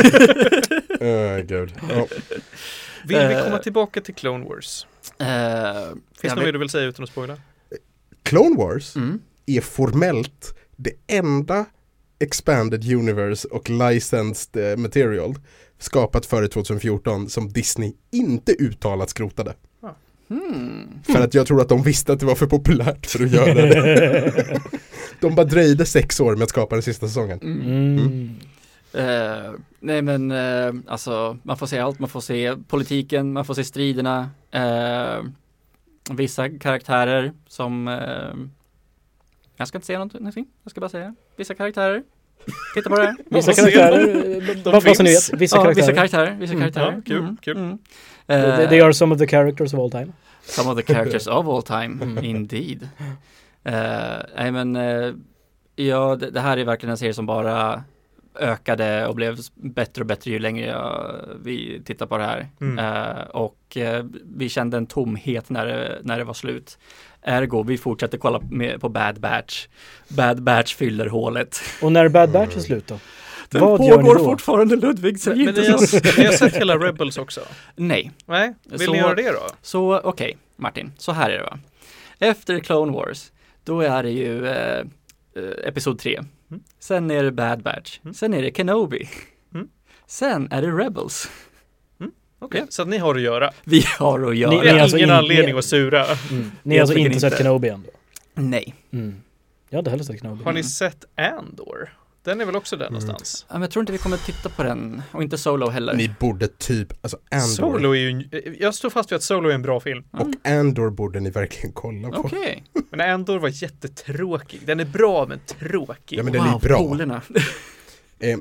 Åh, gud. Ja. Vill vi Eh. komma tillbaka till Clone Wars? Eh, Finns det jag något mer vet- du vill säga utan att spoila? Clone Wars Mm. är formellt det enda expanded universe och licensed eh, material skapat före tjugohundrafjorton som Disney inte uttalat skrotade. Mm. För att jag tror att de visste att det var för populärt för att göra det. De bara dröjde sex år med att skapa den sista säsongen. Mm. Eh, nej men eh, alltså man får se allt, man får se politiken, man får se striderna, eh, vissa karaktärer som eh, jag ska inte säga något- någonting, jag ska bara säga vissa karaktärer. Titta på det här. Vissa får se karaktärer, De bara bara så ni finns. vet, vissa Ja, karaktärer. vissa karaktärer, vissa Mm. karaktärer. Ja, kul, kul. Mm. They, Eh, they are some of the characters of all time. Some of the characters of all time, Mm. indeed. Eh, nej men, uh, ja det, det här är verkligen en serie som bara ökade och blev bättre och bättre ju längre jag, vi tittar på det här. Mm. Eh, och eh, vi kände en tomhet när det, när det var slut. Ergo, vi fortsätter kolla med, på Bad Batch. Bad Batch fyller hålet. Och när Bad Batch är slut då? Den Vad gör ni pågår då? fortfarande, Ludvig. Säg Men inte ni har, så. ni har sett hela Rebels också? Nej. Nej, vill Så- ni göra det då? Så okej, Martin, så här är det va. Efter Clone Wars, då är det ju eh, eh, episod tre. Mm. Sen är det Bad Batch. Mm. Sen är det Kenobi. Mm. Sen är det Rebels. Okej, Ja. så att ni har att göra. Vi har att göra. Ni- Ni har ni alltså ingen in- anledning ni- att sura. Mm. Ni har alltså tycker inte sett inte. Kenobi än då? Nej. Mm. Jag hade heller sett Kenobi. Har ni sett Andor? Den är väl också där Mm. någonstans? Ja, men jag tror inte vi kommer titta på den. Och inte Solo heller. Ni borde typ, alltså Andor, Solo är ju, jag står fast vid att Solo är en bra film. och Andor borde ni verkligen kolla på. Okej. Men Andor var jättetråkig. Den är bra men tråkig. Ja, men den är ju bra. polerna. Eh,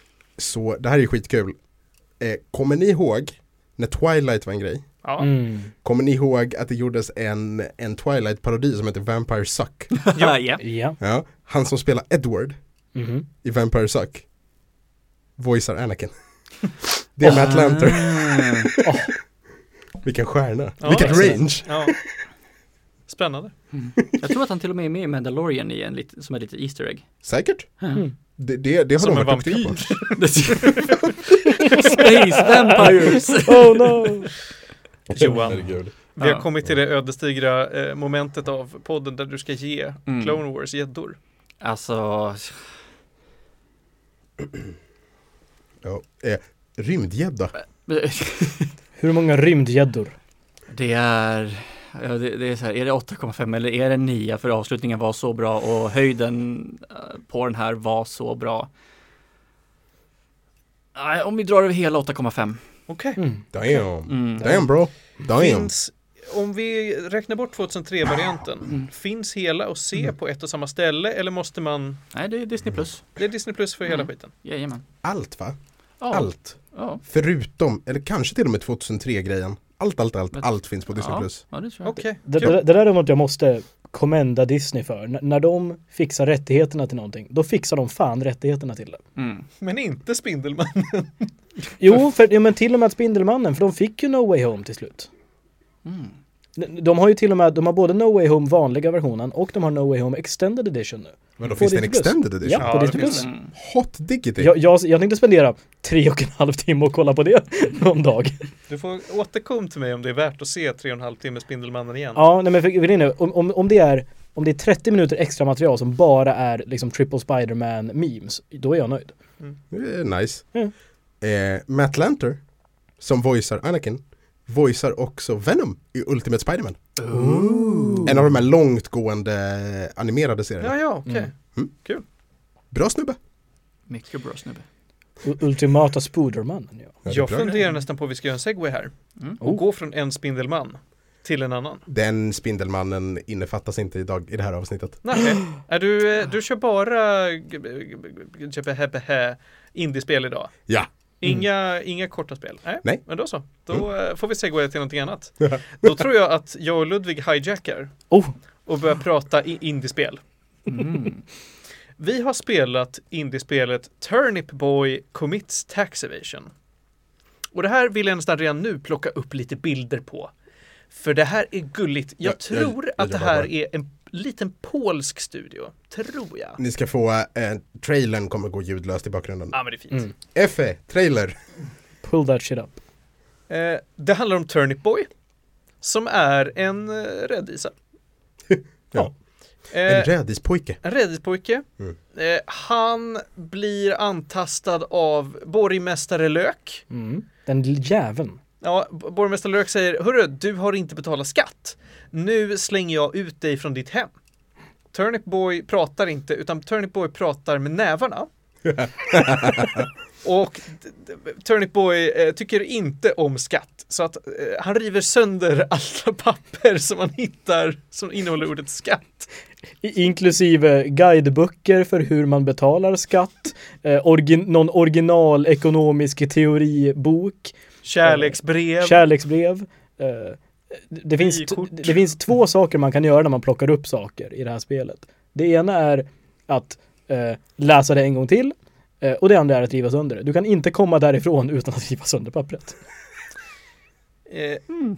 så det här är ju skitkul. Eh, kommer ni ihåg när Twilight var en grej? Ja. Mm. Kommer ni ihåg att det gjordes en, en Twilight-parodi som heter Vampire Suck? Ja. ja. Ja. Ja, han som spelar Edward Mhm. i Vampire Suck voicear Anakin. Det är Matt Lanter. Ah. Vilken stjärna. Ja, Vilket excellent. range. Ja. Spännande. Jag tror att han till och med är med i Mandalorian i en lit, som är lite Easter egg. Säkert. Mm. Det, det, det har Som de en varit duktiga på. vampyr. Space Vampires. Oh no! Johan. Herregud. Vi Ja. har kommit till det ödesdigra eh, momentet av podden där du ska ge Mm. Clone Wars gäddor. Alltså... Ja, eh, rymdgädda. Hur många rymdgäddor? Det är... Ja, det, det är så här, är det åtta komma fem eller är det nio för avslutningen var så bra och höjden på den här var så bra. Nej, om vi drar över hela åtta komma fem. Okej. Okay. Mm. Damn. Mm. Damn bro. Damn. Finns, om vi räknar bort tjugohundratre-varianten, mm. finns hela att se mm. på ett och samma ställe eller måste man... Nej, det är Disney Plus. Det är Disney Plus för mm. hela skiten. Jajamän. Allt va? Ja. Allt. Ja. Förutom, eller kanske till och med tjugohundratre-grejen. Allt, allt, allt, allt finns på Disney ja. Plus. Ja, det tror jag. Okay. Det, det, det där är något jag måste kommenda Disney för. N- när de fixar rättigheterna till någonting, då fixar de fan rättigheterna till det. Mm. Men inte Spindelmannen. Jo, för, ja, men till och med Spindelmannen, för de fick ju No Way Home till slut. Mm. De, de har ju till och med, de har både No Way Home vanliga versionen och de har No Way Home Extended Edition nu. Men då finns det en Extended Edition? Ja, på ja, Disney Plus. Mm. Hot diggity. Jag, jag, jag tänkte spendera tre och en halv timme och kolla på det någon dag. Du får återkomma till mig om det är värt att se tre och en halv timme Spindelmannen igen. Ja, nej men för, för det, om, om, om det är om det är trettio minuter extra material som bara är liksom Triple Spider-Man memes, då är jag nöjd. Mm. Det är nice. Mm. Eh, Matt Lanter, som voicear Anakin, voicear också Venom i Ultimate Spider-Man. Ooh. En av de här långtgående animerade serierna. Ja, ja, okej. Okay. Mm. Mm. Kul. Bra snubbe. Mycket bra snubbe. U- Ultimata Spoodermannen, ja. Ja, Jag bra. funderar nästan på att vi ska göra en segway här. Mm. Och Oh. gå från en Spindelman till en annan. Den Spindelmannen innefattas inte idag i det här avsnittet. Nej, är du, du kör bara indiespel idag? Ja. Inga, mm. inga korta spel? Nej, Nej. Men då så. Då Mm. får vi segwaya till någonting annat. Då tror jag att jag och Ludvig hijackar Oh. och börjar prata i indiespel. Mm. Vi har spelat indiespelet Turnip Boy Commits Tax Evasion. Och det här vill jag nästan redan nu plocka upp lite bilder på. För det här är gulligt. Jag Ja, tror jag- jag att det jobbar här bara. är en liten polsk studio. Tror jag. Ni ska få, eh, trailern kommer gå ljudlöst i bakgrunden. Ja, men det är fint. Mm. F E, trailer. Pull that shit up. Eh, det handlar om Turnip Boy. Som är en eh, räddisa. Ja. Eh, En rädispojke. En rädispojke. Mm. Eh, han blir antastad av borgmästare Lök. Mm. Den jäveln. Ja, b- borgmästare Lök säger: hörru, du har inte betalat skatt. Nu slänger jag ut dig från ditt hem. Turnip Boy pratar inte, utan Turnip Boy pratar med nävarna. Och d- d- Turnip Boy eh, tycker inte om skatt. Så att eh, han river sönder alla papper som han hittar som innehåller ordet skatt. I- inklusive guideböcker för hur man betalar skatt, eh, origin- någon original ekonomisk teoribok, Kärleksbrev. kärleksbrev. Eh, det, finns t- Vykort. det finns två saker man kan göra när man plockar upp saker i det här spelet. Det ena är att eh, läsa det en gång till, eh, och det andra är att riva sönder det. Du kan inte komma därifrån utan att riva sönder pappret. Eh,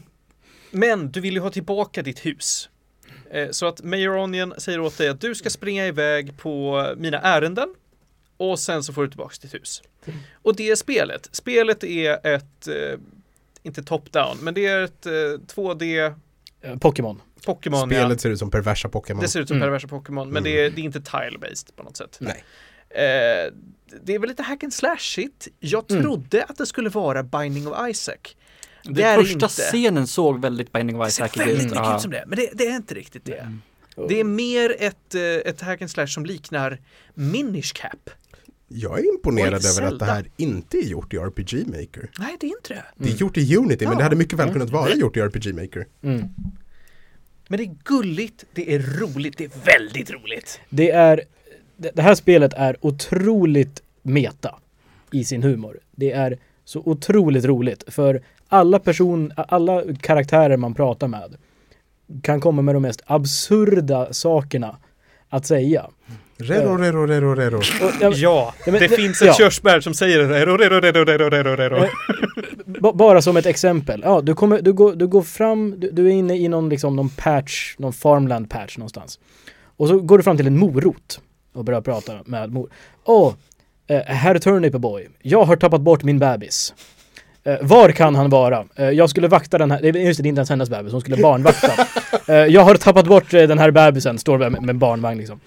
Men du vill ju ha tillbaka ditt hus. Eh, så att Mayor Onion säger åt dig att du ska springa iväg på mina ärenden och sen så får du tillbaka ditt hus. Och det är spelet. Spelet är ett, eh, inte top-down, men det är ett eh, två D Eh, Pokémon. Pokémon. Spelet Ja. ser ut som perversa Pokémon. Det ser ut som Mm. perversa Pokémon, men Mm. det, är, det är inte tile-based på något sätt. Nej. Eh, det är väl lite hack and slash shit. Jag Mm. trodde att det skulle vara Binding of Isaac. Den Det är första inte. scenen såg väldigt Binding of Det ser Isaac väldigt ut. mycket Ja. ut som det, men det, det är inte riktigt det. Mm. Det är mer ett, eh, ett hack and slash som liknar Minish Cap. Jag är imponerad Oj, över att Zelda. det här inte är gjort i R P G Maker. Nej, det är inte det. Det är gjort i Unity, men Ja. det hade mycket väl Mm. kunnat vara gjort i R P G Maker. Mm. Men det är gulligt, det är roligt, det är väldigt roligt. Det är det det här spelet är otroligt meta i sin humor. Det är så otroligt roligt för alla person alla karaktärer man pratar med kan komma med de mest absurda sakerna att säga. Rero, rero, rero, rero. Och, jag, Ja, Ja, men det det- finns ett ja. körsbär som säger rero, rero, rero, rero, rero, rero. Eh, b- bara som ett exempel. Ja, du kommer du går du går fram du, du är inne i någon liksom någon patch, någon farmland patch någonstans. Och så går du fram till en morot och börjar prata med mor. Åh, eh, herr Turnip Boy. Jag har tappat bort min bebis. Eh, var kan han vara? Eh, jag skulle vakta den här, det är just det, det är inte ens hennes bebis, hon skulle barnvakta. Eh, jag har tappat bort eh, den här bebisen, står med, med barnvagn liksom.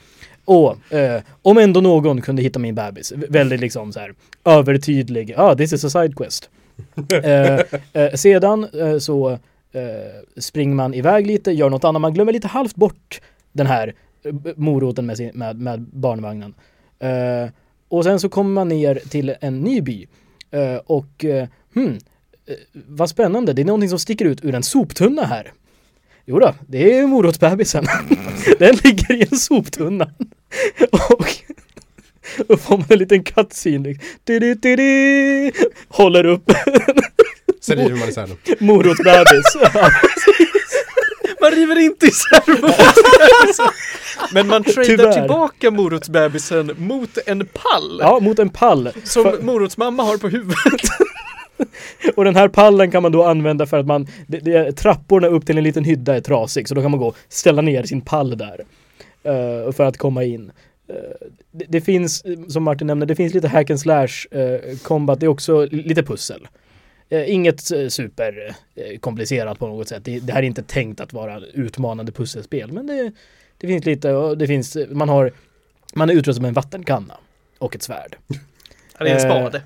Och eh, om ändå någon kunde hitta min bebis. V- väldigt liksom så här övertydlig. Ah, this is a side quest. eh, eh, sedan eh, så eh, springer man iväg lite, gör något annat. Man glömmer lite halvt bort den här eh, moroten med, sin, med, med barnvagnen. Eh, och sen så kommer man ner till en ny by. Eh, och eh, hmm, eh, vad spännande. Det är någonting som sticker ut ur en soptunna här. Jo då, det är morotsbebisen. Den ligger i en soptunna. Och då får man en liten cutscene. Du-du-du-du. Håller upp. Så river man isär den. Morotsbebis. Man river inte isär morotsbebisen. Men man tradar Tyvärr. tillbaka morotsbebisen mot en pall. Ja, mot en pall. Som För- morotsmamma har på huvudet. Och den här pallen kan man då använda för att man, det, det, trapporna upp till en liten hydda är trasig, så då kan man gå och ställa ner sin pall där uh, för att komma in. Uh, det, det finns, som Martin nämnde, det finns lite hack and slash uh, combat, det är också lite pussel. Uh, inget uh, super uh, komplicerat på något sätt. Det, det här är inte tänkt att vara utmanande pusselspel, men det, det finns lite, och det finns, man har, man är utrustad med en vattenkanna och ett svärd. Ja, det är en Eh, spade.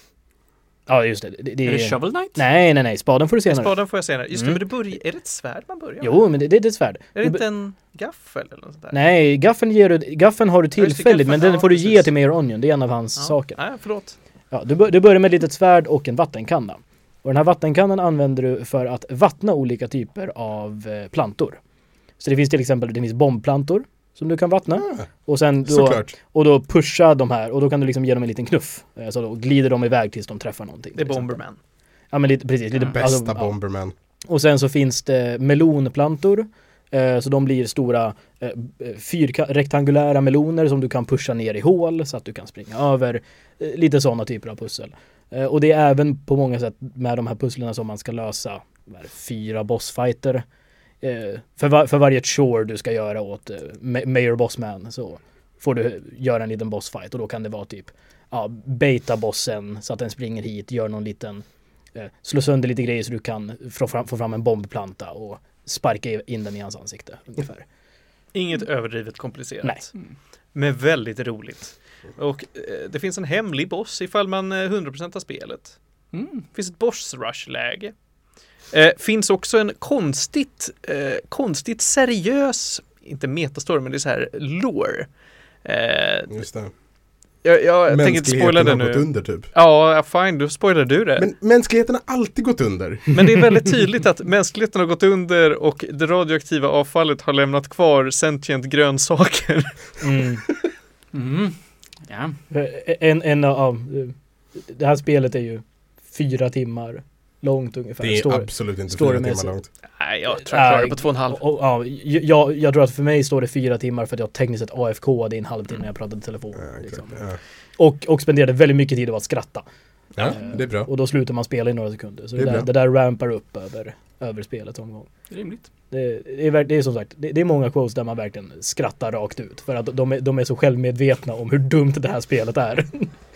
Ja, just det. det, det Är det Shovel Knight? Nej, nej, nej. Spaden får du senare. Spaden får jag senare. Just det, Mm. men det börjar, är det ett svärd man börjar med? Jo, men det, det är ett svärd. Är det inte en gaffel eller något sånt där? Nej, gaffeln, ger du, gaffeln har du Ja, just det, tillfälligt, gaffeln, men den ja, får du ge precis. till Mayor Onion. Det är en av hans Ja. saker. Nej, förlåt. Ja, du, bör, du börjar med ett litet svärd och en vattenkanna. Och den här vattenkannan använder du för att vattna olika typer av eh, plantor. Så det finns till exempel det finns bombplantor som du kan vattna. Ah, Och, sen då, såklart. och då pusha de här och då kan du liksom ge dem en liten knuff. Eh, Så då glider de iväg tills de träffar någonting. Det är till exempel. Bomberman. Ja, men lite, precis. Lite, Mm. Bästa alltså, ja. Bomberman. Och sen så finns det melonplantor. Eh, så de blir stora eh, fyrka- rektangulära meloner som du kan pusha ner i hål så att du kan springa över. Eh, lite sådana typer av pussel. Eh, och det är även på många sätt med de här pusslerna som man ska lösa vad är det, fyra bossfighter. Eh, för, var- för varje chore du ska göra åt eh, Ma- Mayor Bossman så får du göra en liten bossfight och då kan det vara typ ja, baita bossen så att den springer hit, gör någon liten eh, slå sönder lite grejer så du kan få fram, få fram en bombplanta och sparka in den i hans ansikte ungefär. Inget överdrivet komplicerat. Nej. Men väldigt roligt. Och eh, det finns en hemlig boss ifall man eh, hundra procent av spelet. Mm. Det finns ett boss rush-läge. Eh, finns också en konstigt, eh, konstigt seriös, inte metastory, men det är så här lore. Eh, Just det. jag jag tänker inte spoila Mänskligheten det har gått nu. under typ. Ja, fine, då spoilar du det. Men, Men mänskligheten har alltid gått under. men det är väldigt tydligt att mänskligheten har gått under och det radioaktiva avfallet har lämnat kvar sentient grönsaker. Mm. Mm. Ja. En, en av det här spelet är ju fyra timmar långt ungefär. Det är Står- absolut inte fyra storymässigt. timmar långt. Nej, jag tror jag klarar det på två och en halv. Och, och, ja, jag, jag tror att för mig står det fyra timmar för att jag tekniskt sett A F K det är en halvtimme när jag pratade i telefon. Ja, liksom. exakt. Ja. och, och spenderade väldigt mycket tid av att skratta. Ja, det är bra. Och då slutar man spela i några sekunder. Så Det det, är där, bra. det där rampar upp över, över spelet omgång. Rimligt. Det, det, är, verk- det är som sagt, det, det är många quotes där man verkligen skrattar rakt ut. För att de är, de är så självmedvetna om hur dumt det här spelet är.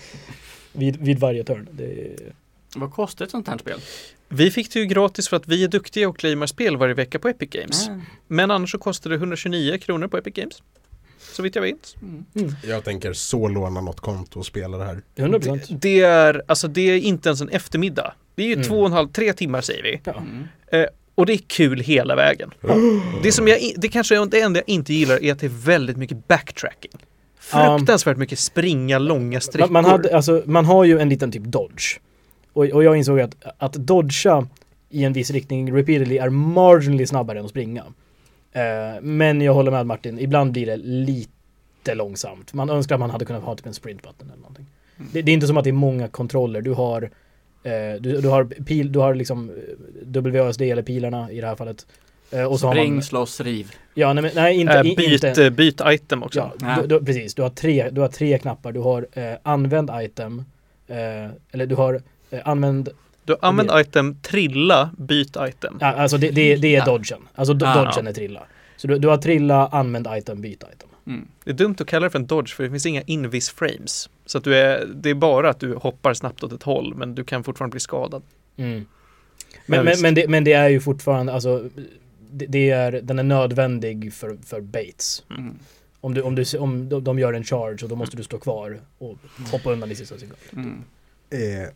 vid, vid varje turn. Det är, Vad kostar ett sånt här spel? Vi fick det ju gratis för att vi är duktiga och claimar spel varje vecka på Epic Games. Mm. Men annars så kostar det hundratjugonio kronor på Epic Games. Så vitt jag vet. Mm. mm, Jag tänker så låna något konto och spela det här. hundra procent. Det, det är, alltså det är inte ens en eftermiddag. Det är ju Mm. två och en halv, tre timmar säger vi. Ja. Mm. Och det är kul hela vägen. Det som jag, i- det kanske är det enda jag inte gillar är att det är väldigt mycket backtracking. Fruktansvärt mycket springa långa sträckor. Man, man, hade, alltså, man har ju en liten typ dodge. Och, och jag insåg att, att dodga i en viss riktning repeatedly är marginally snabbare än att springa. Eh, men jag håller med Martin, ibland blir det lite långsamt. Man önskar att man hade kunnat ha typ en sprint button eller någonting. Mm. Det, det är inte som att det är många kontroller. Du har eh, du, du har pil, du har liksom eh, W A S D eller pilarna i det här fallet. Eh, och så har Spring, man, slåss, riv. ja, nej, men, nej inte, Äh, i- byt, inte byt item också. Ja, Ja. Du, du, precis. Du har tre, du har tre knappar. Du har eh, använd item, eh, eller du har eh, använd, Du använder item, trilla, byt item. ja, alltså det, det, det är Ja. dodgen. Alltså do, Ah, dodgen ja. är trilla. Så du, du har trilla, använd item, byt item. Mm. Det är dumt att kalla det för en dodge för det finns inga invis frames. Så att du är, det är bara att du hoppar snabbt åt ett håll men du kan fortfarande bli skadad. Mm. Ja, Men, men, visst. men, det, men det är ju fortfarande, alltså det, det är, den är nödvändig för, för baits. Mm. Om, du, om, du, om de, de gör en charge och då måste du stå kvar och hoppa undan i sista sekund. Mm. Eh,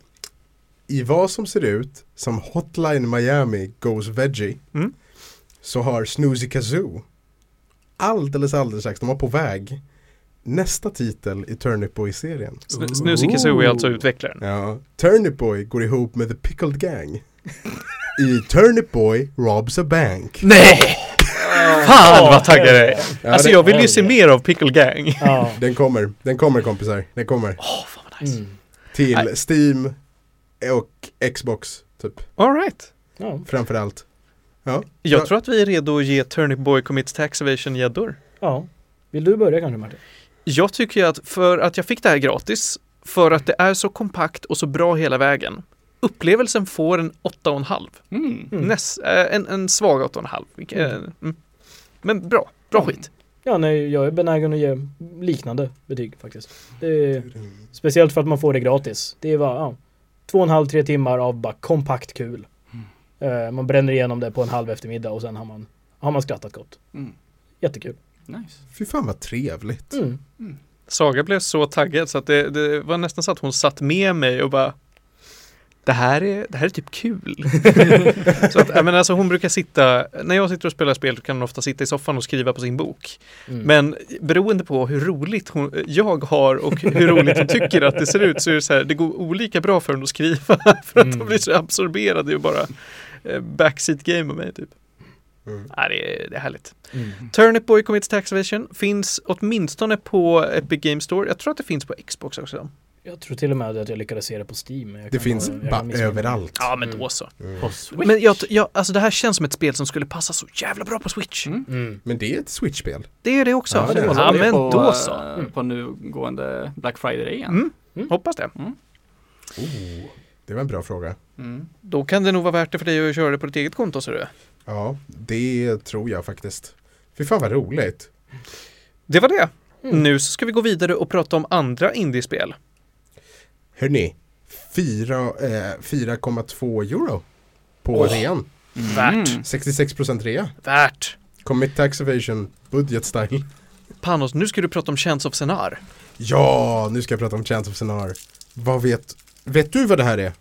I vad som ser ut som Hotline Miami Goes Veggie Mm. så har Snoozy Kazoo alldeles alldeles strax, de var på väg nästa titel i Turnip Boy-serien. Sn- Snoozy Kazoo är alltså utvecklaren. Ja, Turnip Boy går ihop med The Pickled Gang i Turnip Boy Robs a Bank. Nej! Fan vad taggad jag är. Ja, Alltså det- jag vill ju se mer av Pickle Gang. Ja. Den kommer, den kommer kompisar, den kommer Åh, fan vad nice. Mm. till Nej. Steam och Xbox typ, All right. Ja. framförallt. Ja, Jag tror att vi är redo att ge Turnip Boy Commits Tax Evasion gäddor. ja. Vill du börja kanske, Martin? Jag tycker ju att för att jag fick det här gratis, för att det är så kompakt och så bra hela vägen. Upplevelsen får en åtta och en halv. Mm. Mm. Näst, äh, en, en svag åtta och en halv. Vilket, äh, mm. Men bra, bra skit. Ja, nej, jag är benägen att ge liknande betyg faktiskt. Det är, speciellt för att man får det gratis. Det är bara ja, två och en halv, tre timmar av bara kompakt kul. Uh, man bränner igenom det på en halv eftermiddag och sen har man, har man skrattat gott. Mm. Jättekul. Nice. fy fan vad trevligt. Mm. Saga blev så taggad så att det, det var nästan så att hon satt med mig och bara det här är, det här är typ kul. Så att, jag menar, alltså, hon brukar sitta, när jag sitter och spelar spel kan hon ofta sitta i soffan och skriva på sin bok. Mm. Men beroende på hur roligt hon, jag har och hur roligt hon tycker att det ser ut så är det så här, det går olika bra för henne att skriva för att Mm. de blir så absorberade i bara eh, backseat game av mig typ. Mm. Ja, det, är, det är härligt. Mm. Turnip Boy Commits Tax Evasion finns åtminstone på Epic Games Store. Jag tror att det finns på Xbox också. Jag tror till och med att jag lyckades se det på Steam. Jag Det kan finns ha- jag bara kan missa- överallt. Ja, men Mm. då så. Mm. På Switch. Men jag, jag, alltså det här känns som ett spel som skulle passa så jävla bra på Switch. Mm. Mm. Men det är ett Switch-spel. Det är det också. Ja, Ja, det är det. ja Det är men på, då så. eh, På nu gående Black Friday igen. Mm. Mm. Hoppas det. Oh, det var en bra fråga. Mm. Då kan det nog vara värt det för dig att köra det på ditt eget konto, ser du. Ja, det tror jag faktiskt. Fy fan vad roligt. Det var det. Mm. Nu så ska vi gå vidare och prata om andra indiespel. Hörrni, fyra, eh, fyra komma två euro på Åh. rean. Mm. Värt. sextiosex procent rea. Värt. Commit Tax Evasion, budget style. Panos, nu ska du prata om Chance of Senar. Ja, nu ska jag prata om Chance of Senar. Vad vet, vet du vad det här är?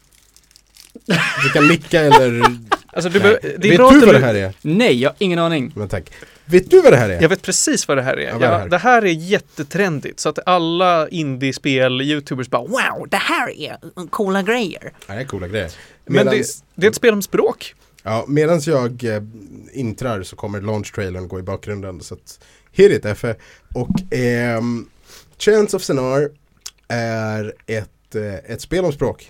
Du kan nicka eller... Alltså, du Nej. be- det är Vet bra du att vad det här är? Nej, jag har ingen aning. Men tack. Vet du vad det här är? Jag vet precis vad det här är. Ja, Ja, vad är det här? det här är jättetrendigt. Så att alla indiespel-youtubers bara wow, det här är coola grejer. Ja, det är coola grejer. Men Medans, det, det är ett spel om språk. ja, medans jag eh, intrar så kommer launch-trailern gå i bakgrunden. Så att, here it Effe. Och ehm, Chance of Senar är ett, eh, ett spel om språk.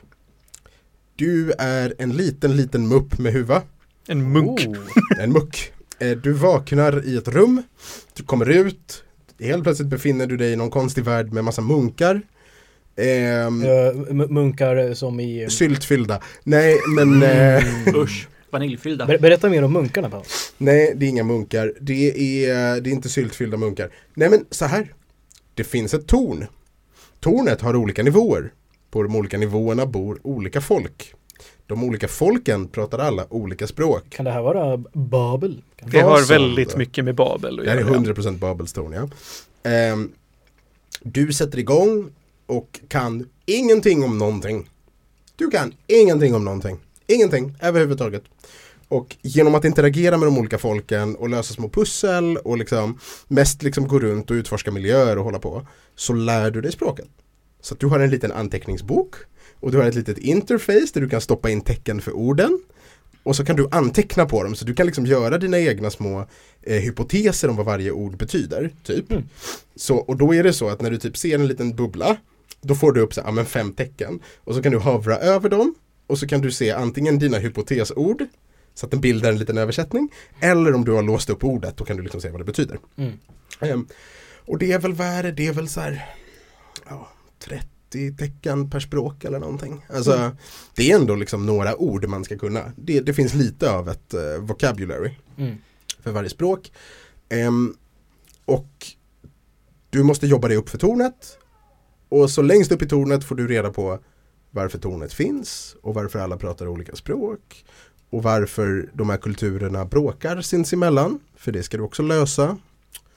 Du är en liten, liten mupp med huva. En munk. Oh. En muck. Eh, Du vaknar i ett rum. Du kommer ut. Helt plötsligt befinner du dig i någon konstig värld med massa munkar. Ehm, Eh, m- munkar som i... Syltfyllda. Nej, men... Eh, Usch. Vaniljfyllda. Ber- berätta mer om munkarna, Paul. nej, det är inga munkar. Det är, det är inte syltfyllda munkar. Nej, men så här. Det finns ett torn. Tornet har olika nivåer. På de olika nivåerna bor olika folk. De olika folken pratar alla olika språk. Kan det här vara Babel? Kan Det Vad har sa väldigt du? mycket med Babel att Det här är göra. hundra procent Babels torn, ja. Ehm, du sätter igång och kan ingenting om någonting. Du kan ingenting om någonting. Ingenting överhuvudtaget. Och genom att interagera med de olika folken och lösa små pussel och liksom mest liksom gå runt och utforska miljöer och hålla på, så lär du dig språket. Så att du har en liten anteckningsbok och du har ett litet interface där du kan stoppa in tecken för orden. Och så kan du anteckna på dem, så du kan liksom göra dina egna små eh, hypoteser om vad varje ord betyder, typ. Mm. Så, och då är det så att när du typ ser en liten bubbla, då får du upp så här, ja, men fem tecken. Och så kan du hovra över dem, och så kan du se antingen dina hypotesord, så att den bildar en liten översättning, eller om du har låst upp ordet, då kan du liksom se vad det betyder. Mm. Ehm, och det är väl, vad är det? Det är väl så här, ja, trettio tecken per språk eller någonting. Alltså, Mm. det är ändå liksom några ord man ska kunna. Det, det finns lite av ett uh, vocabulary Mm. för varje språk. Ehm, och du måste jobba dig upp för tornet. Och så längst upp i tornet får du reda på varför tornet finns och varför alla pratar olika språk. Och varför de här kulturerna bråkar sinsemellan. För det ska du också lösa.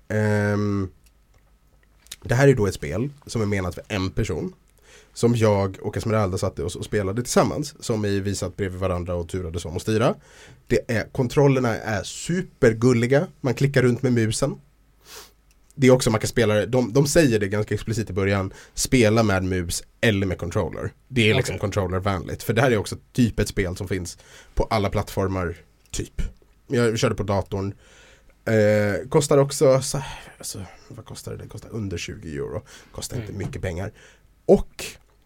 Um, det här är då ett spel som är menat för en person. Som jag och Esmeralda satte oss och spelade tillsammans. Som vi visat bredvid varandra och turades om att styra. Det är, kontrollerna är supergulliga. Man klickar runt med musen. Det är också man kan spela, de, de säger det ganska explicit i början, spela med mus eller med controller. Det är liksom okay. controllervänligt. För det här är också typ ett spel som finns på alla plattformar, typ. Jag körde på datorn. Eh, kostar också, så, alltså, vad kostar det? Det kostar under tjugo euro. Kostar mm. inte mycket pengar. Och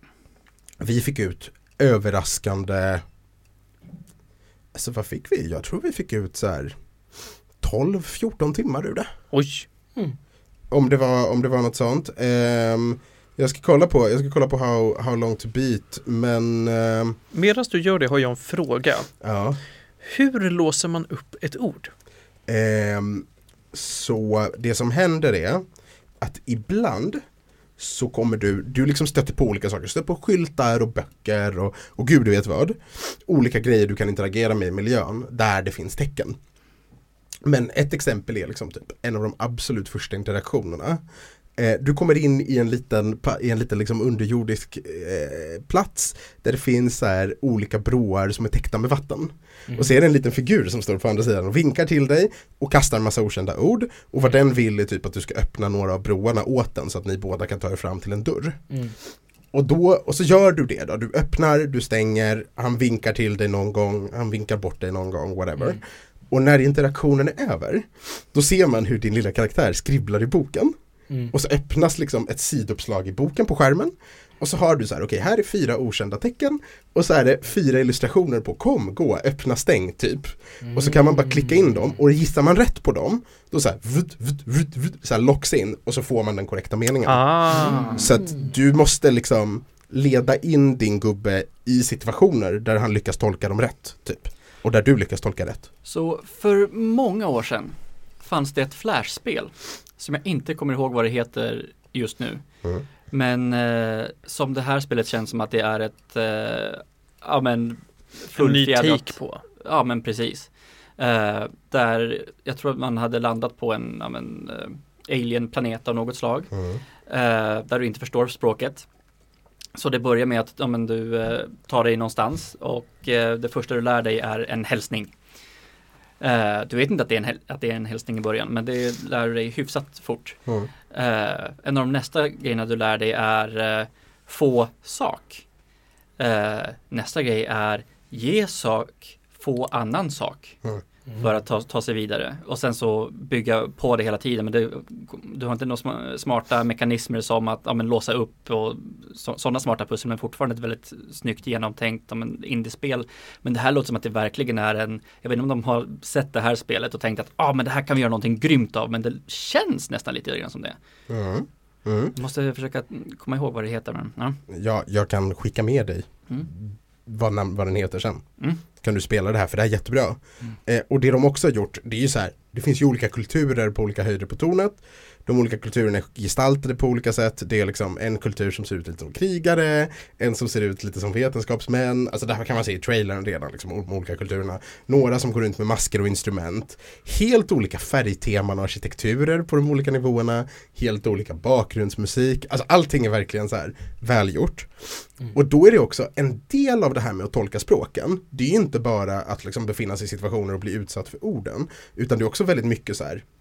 vi fick ut överraskande, alltså vad fick vi? Jag tror vi fick ut så här tolv fjorton timmar ur det. Oj! Mm. Om det var om det var något sånt. Um, jag ska kolla på jag ska kolla på how how long to beat, men um, medan du gör det har jag en fråga. Ja. Hur låser man upp ett ord? Um, så det som händer är att ibland så kommer du du liksom stöter på olika saker, stöter på skyltar och böcker och och gud vet vad. Olika grejer du kan interagera med i miljön där det finns tecken. Men ett exempel är liksom typ en av de absolut första interaktionerna. Eh, du kommer in i en liten, i en liten liksom underjordisk eh, plats där det finns så här olika broar som är täckta med vatten. Mm. Och så är det en liten figur som står på andra sidan och vinkar till dig och kastar en massa okända ord. Och vad den vill är typ att du ska öppna några av broarna åt den så att ni båda kan ta er fram till en dörr. Mm. Och, då, och så gör du det då. Du öppnar, du stänger, han vinkar till dig någon gång, han vinkar bort dig någon gång, whatever. Mm. Och när interaktionen är över, då ser man hur din lilla karaktär skribblar i boken. Mm. Och så öppnas liksom ett sidouppslag i boken på skärmen. Och så har du så här, okej, okay, här är fyra okända tecken. Och så är det fyra illustrationer på kom, gå, öppna, stäng typ. Mm. Och så kan man bara klicka in dem. Och gissar man rätt på dem, då så här, vut, vut, vut, vut, så här locks in. Och så får man den korrekta meningen. Ah. Så att du måste liksom leda in din gubbe i situationer där han lyckas tolka dem rätt, typ. Och där du lyckas tolka rätt. Så för många år sedan fanns det ett flashspel som jag inte kommer ihåg vad det heter just nu. Mm. Men eh, som det här spelet känns som att det är ett eh, ja men fullfjädrat. En ny take på. Ja men precis. Eh, där jag tror att man hade landat på en ja, men, eh, alien-planet av något slag. Mm. Eh, där du inte förstår språket. Så det börjar med att ja, men du eh, tar dig någonstans och eh, det första du lär dig är en hälsning. Eh, du vet inte att det, är en, att det är en hälsning i början, men det lär du dig hyfsat fort. Mm. Eh, en av de nästa grejerna du lär dig är eh, få sak. Eh, nästa grej är ge sak, få annan sak. Mm. Mm. För att ta, ta sig vidare. Och sen så bygga på det hela tiden. Men det, du har inte några smarta mekanismer som att ja, men, låsa upp och så, sådana smarta pussel, men fortfarande ett väldigt snyggt genomtänkt ja, men, indiespel. Men det här låter som att det verkligen är en, jag vet inte om de har sett det här spelet och tänkt att ah, men det här kan vi göra någonting grymt av. Men det känns nästan lite grann som det. Mm. Mm. Jag måste försöka komma ihåg vad det heter. Men, ja. Ja, jag kan skicka med dig. Mm. Vad, vad den heter sen. Mm. Kan du spela det här för det är jättebra. Mm. Eh, och det de också har gjort, det är ju så här, det finns ju olika kulturer på olika höjder på tornet. De olika kulturerna är gestaltade på olika sätt. Det är liksom en kultur som ser ut lite som krigare, en som ser ut lite som vetenskapsmän. Alltså det här kan man se i trailern redan, liksom, de olika kulturerna. Några som går runt med masker och instrument. Helt olika färgteman och arkitekturer på de olika nivåerna. Helt olika bakgrundsmusik. Alltså allting är verkligen så här välgjort. Mm. Och då är det också en del av det här med att tolka språken. Det är ju inte bara att liksom befinna sig i situationer och bli utsatt för orden. Utan det är också väldigt mycket så här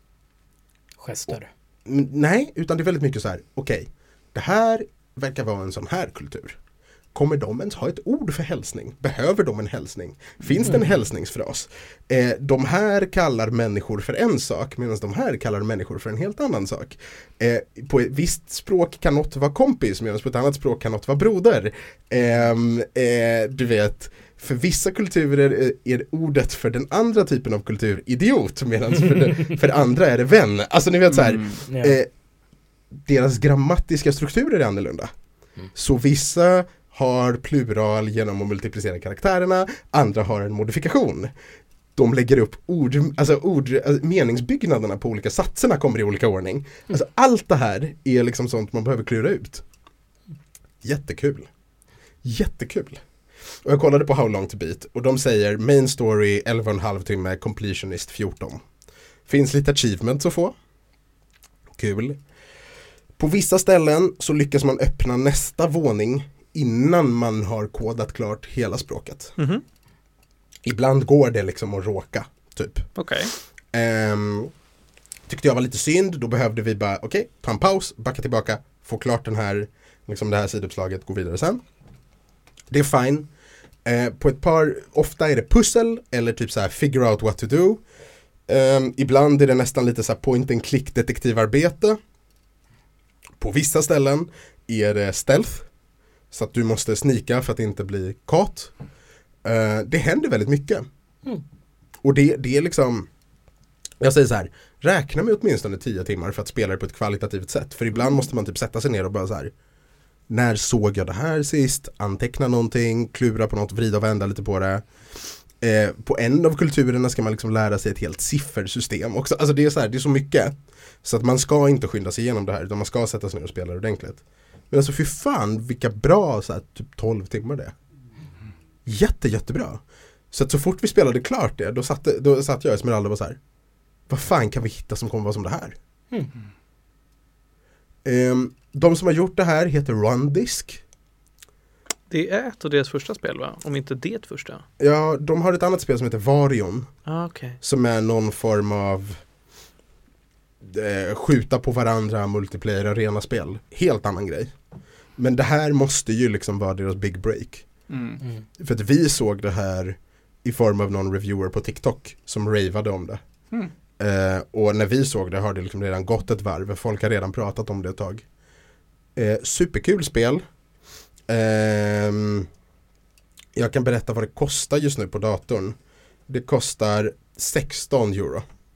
gester. Nej, utan det är väldigt mycket så här, okej, okay, det här verkar vara en sån här kultur. Kommer de ens ha ett ord för hälsning? Behöver de en hälsning? Finns det en hälsningsfras? Eh, de här kallar människor för en sak medan de här kallar människor för en helt annan sak. Eh, på ett visst språk kan något vara kompis medan på ett annat språk kan något vara broder. Eh, eh, du vet, för vissa kulturer är ordet för den andra typen av kultur idiot medan för, det, för andra är det vän. Alltså ni vet så här, mm, yeah. eh, deras grammatiska strukturer är annorlunda. Mm. Så vissa har plural genom att multiplicera karaktärerna, andra har en modifikation. De lägger upp ord, alltså ord, alltså meningsbyggnaderna på olika satserna kommer i olika ordning. Mm. Alltså allt det här är liksom sånt man behöver klura ut. Jättekul. Jättekul. Och jag kollade på How Long to Beat och de säger main story elva och en halv timme, completionist fjorton. Finns lite achievements att få. kul. På vissa ställen så lyckas man öppna nästa våning innan man har kodat klart hela språket. Mhm. Ibland går det liksom att råka, typ. Okej. Ehm, tyckte jag var lite synd, då behövde vi bara, okej, okay, ta en paus, backa tillbaka, få klart den här, liksom det här sidouppslaget, gå vidare sen. Det är fine. Eh, på ett par, ofta är det pussel eller typ så här figure out what to do. Um, ibland är det nästan lite så här point and click detektivarbete. På vissa ställen är det stealth, så att du måste snika för att inte bli caught. Uh, det händer väldigt mycket. Mm. Och det, det är liksom, jag säger så här, räkna med åtminstone tio timmar för att spela det på ett kvalitativt sätt. För ibland måste man typ sätta sig ner och bara så här, när såg jag det här sist? Anteckna någonting, klura på något, vrida och vända lite på det. Eh, på en av kulturerna ska man liksom lära sig ett helt siffersystem också. Alltså det är så här, det är så mycket. Så att man ska inte skynda sig igenom det här, utan man ska sätta sig ner och spela ordentligt. Men alltså fy fan, vilka bra så här, typ tolv timmar det är. Jätte, jättebra. Så att så fort vi spelade klart det, då satt, då satt jag och Esmeralda och var så här, vad fan kan vi hitta som kommer vara som det här? Mm. Um, de som har gjort det här heter Rundisk. Det är ett av deras första spel, va? Om inte det första. Ja, de har ett annat spel som heter Varion. Ah, okej. Som är någon form av eh, skjuta på varandra multiplayer arena spel. Helt annan grej. Men det här måste ju liksom vara deras big break. Mm. Mm. För att vi såg det här i form av någon reviewer på TikTok som ravade om det. Mm. Eh, och när vi såg det har det liksom redan gått ett varv. Folk har redan pratat om det ett tag. Eh, superkul spel. Eh, jag kan berätta vad det kostar just nu på datorn. Det kostar sexton euro.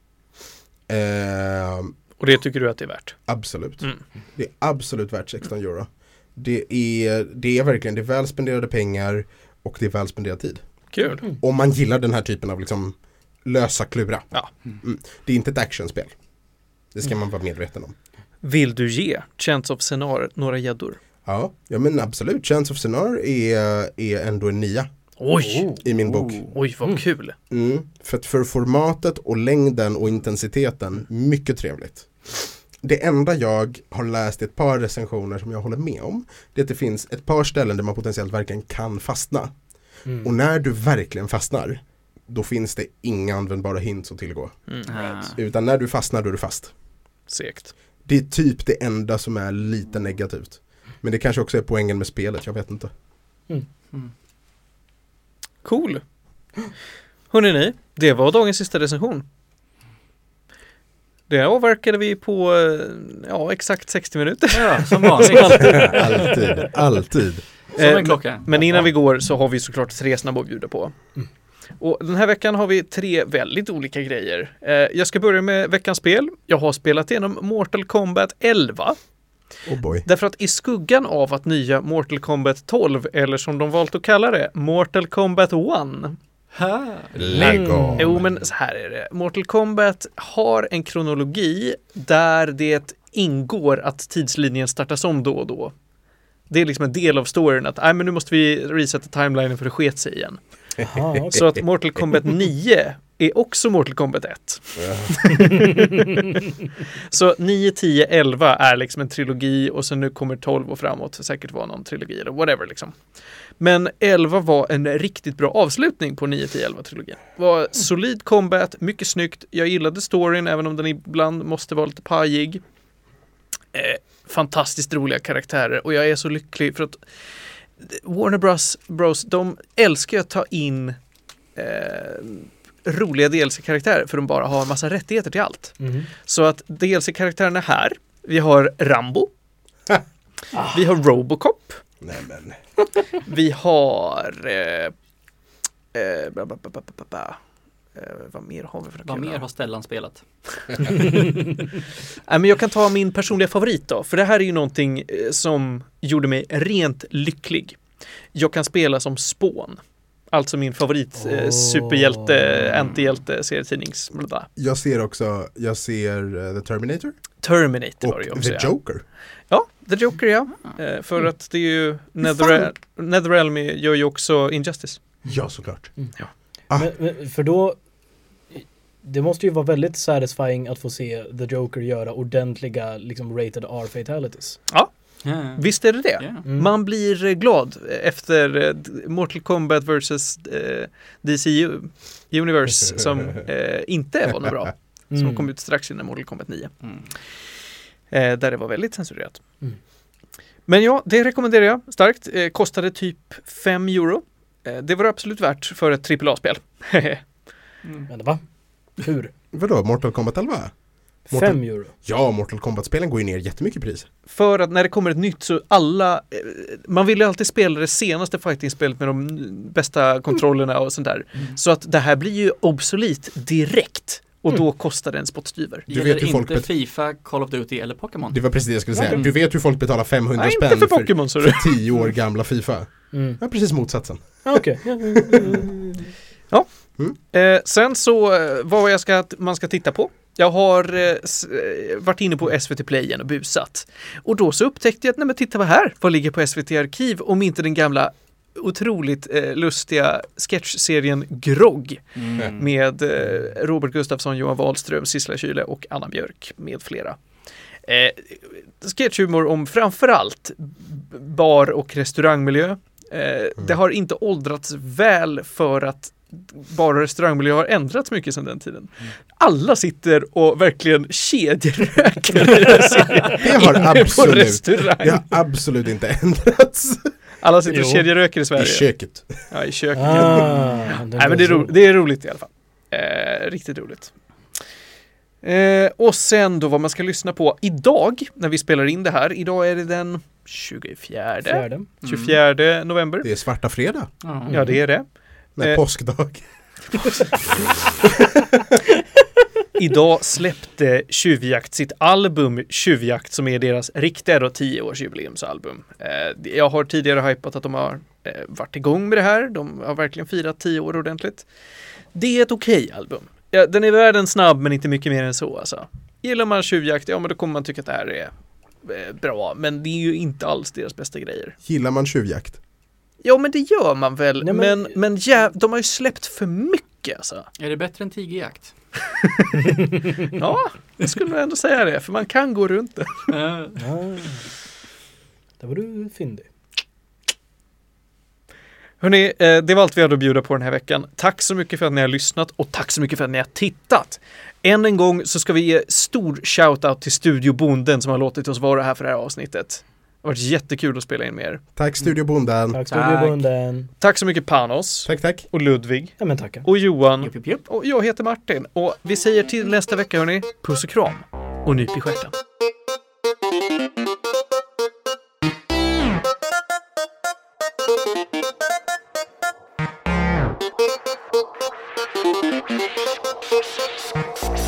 Eh, Och det tycker du att det är värt? absolut. Mm. Det är absolut värt sexton euro. Det är, det är verkligen, det är väl spenderade pengar och det är väl spenderad tid. Kul. Mm. Om man gillar den här typen av liksom lösa klura. Ja. Mm. Det är inte ett actionspel. Det ska man vara medveten om. Vill du ge Chance of Senar några gäddor? Ja, ja men absolut. Chance of Senar är, är ändå en nia Oj! i min bok. Oj, vad kul. Mm. För att för formatet och längden och intensiteten, mycket trevligt. Det enda jag har läst i ett par recensioner som jag håller med om, det är att det finns ett par ställen där man potentiellt verkligen kan fastna. Mm. Och när du verkligen fastnar, då finns det inga användbara hints att tillgå. Mm. Ah. Utan när du fastnar, då är du fast. Segt. Det är typ det enda som är lite negativt. Men det kanske också är poängen med spelet, jag vet inte. Mm. Cool. Hörrni ni, det var dagens sista recension. Det avverkade vi på ja, exakt sextio minuter. Ja, som vanligt. alltid, alltid. Som en klocka. Men innan vi går så har vi såklart tre snabba att bjuda på. Mm. Och den här veckan har vi tre väldigt olika grejer. Eh, jag ska börja med veckans spel. Jag har spelat igenom Mortal Kombat elva. Oh boy. Därför att i skuggan av att nya Mortal Kombat tolv, eller som de valt att kalla det, Mortal Kombat ett. Ha. Lägg av. Jo, men så här är det. Mortal Kombat har en kronologi där det ingår att tidslinjen startas om då och då. Det är liksom en del av storyn att nej, men nu måste vi resetta timelinen för det sket sig igen. Aha, okay. Så att Mortal Kombat nio är också Mortal Kombat ett. Så nio, tio, elva är liksom en trilogi och sen nu kommer tolv och framåt säkert vara någon trilogi eller whatever liksom. Men elva var en riktigt bra avslutning på nio, tio, elva trilogin. Det var solid combat, mycket snyggt. Jag gillade storyn även om den ibland måste vara lite pajig. Eh, fantastiskt roliga karaktärer och jag är så lycklig för att Warner Bros, Bros, de älskar att ta in eh, roliga D L C-karaktärer för de bara har en massa rättigheter till allt. Mm. Så att D L C-karaktärerna här, vi har Rambo, vi har Robocop, Nej men. vi har eh, eh, ba, ba, ba, ba, ba, ba. Eh, vad mer har vi för Vad mer har Stellan spelat? Nej, men jag kan ta min personliga favorit då, för det här är ju någonting eh, som gjorde mig rent lycklig. Jag kan spela som Spawn. Alltså min favorit eh, Oh. superhjälte, antihjälte, serietidnings. Blablabla. Jag ser också, jag ser uh, The Terminator Terminator var det ju och också. The ja. Joker. Ja, The Joker ja. Eh, för Mm. att det är ju Netherrealm, Netherrealm gör ju också Injustice. Ja, såklart. Mm. Ja. Ah. Men, men, för då det måste ju vara väldigt satisfying att få se The Joker göra ordentliga liksom rated R fatalities. Ja, Yeah. visst är det det. Yeah. Mm. Man blir eh, glad efter eh, Mortal Kombat versus eh, D C U Universe som eh, inte var något bra. Som Mm. kom ut strax innan Mortal Kombat nio. Mm. Eh, där det var väldigt censurerat. Mm. Men ja, det rekommenderar jag starkt. Eh, kostade typ fem euro. Eh, det var det absolut värt för ett trippel A-spel. Mm. Men va? Hur? Vadå, Mortal Kombat elva? Mortal- Fem euro? Ja, Mortal Kombat-spelen går ju ner jättemycket i pris. För att när det kommer ett nytt så alla, eh, man vill ju alltid spela det senaste fighting-spelet med de bästa kontrollerna och sånt där. Mm. Så att det här blir ju obsolet direkt. Och Mm. då kostar det en spottstyver. Du Gäller vet hur folk inte bet- FIFA, Call of Duty eller Pokémon? Det var precis det jag skulle säga. Mm. Du vet hur folk betalar femhundra Nej, spänn inte för för, Pokémon så du. för tio år gamla FIFA. Mm. Ja, precis motsatsen. Ah, okej. Ja. Eh, sen så, eh, vad jag ska, man ska titta på. Jag har eh, s- eh, varit inne på S V T Play igen och busat. Och då så upptäckte jag att, nej men titta vad här, vad ligger på S V T Arkiv om inte den gamla otroligt eh, lustiga sketchserien Grogg Mm. med eh, Robert Gustafsson, Johan Wahlström, Sissela Kyle och Anna Björk med flera. Eh, sketchhumor om framförallt b- bar- och restaurangmiljö. Eh, Det har inte åldrats väl för att bar- och restaurangmiljö har ändrats mycket sedan den tiden. Alla sitter och verkligen kedjeröker i den här serien. Det har Inne på absolut, restaurang. det har absolut inte ändrats. Alla sitter och Jo. kedjeröker i I Sverige. köket. Ja, i köket. Ah, Nej, men det är, ro- det är roligt i alla fall. Eh, riktigt roligt. Eh, och sen då vad man ska lyssna på idag när vi spelar in det här. Idag är det den tjugofjärde, Fjärde. tjugofjärde november. Det är svarta fredag. Ja. Ja, det är det. Nej, Eh. påskdag. Idag släppte Tjuvjakt sitt album Tjuvjakt som är deras riktiga då tioårsjubileumsalbum. Eh, jag har tidigare hypat att de har eh, varit igång med det här. De har verkligen firat tio år ordentligt. Det är ett okej album. Ja, den är världen snabb men inte mycket mer än så alltså. Gillar man Tjuvjakt, ja men då kommer man tycka att det här är eh, bra. Men det är ju inte alls deras bästa grejer. Gillar man tjuvjakt? Ja men det gör man väl. Nej, men men- men ja, de har ju släppt för mycket alltså. Är det bättre än tigerjakt? Ja, jag skulle nog ändå säga det. För man kan gå runt det. Ja. Ah. Där var du fyndig. Hörrni, eh, det var allt vi hade att bjuda på den här veckan. Tack så mycket för att ni har lyssnat och tack så mycket för att ni har tittat. Än en gång så ska vi ge stor shoutout till Studio Bonden som har låtit oss vara här för det här avsnittet. Det har varit jättekul att spela in med er. Tack Studio Bonden. Tack Tack. studiobunden. Tack så mycket Panos Tack, tack. och Ludvig Ja men tackar. och Johan Jupp, jupp, jupp. och jag heter Martin. Och vi säger till nästa vecka hörni, puss och kram och nyp i stjärten. Thank you.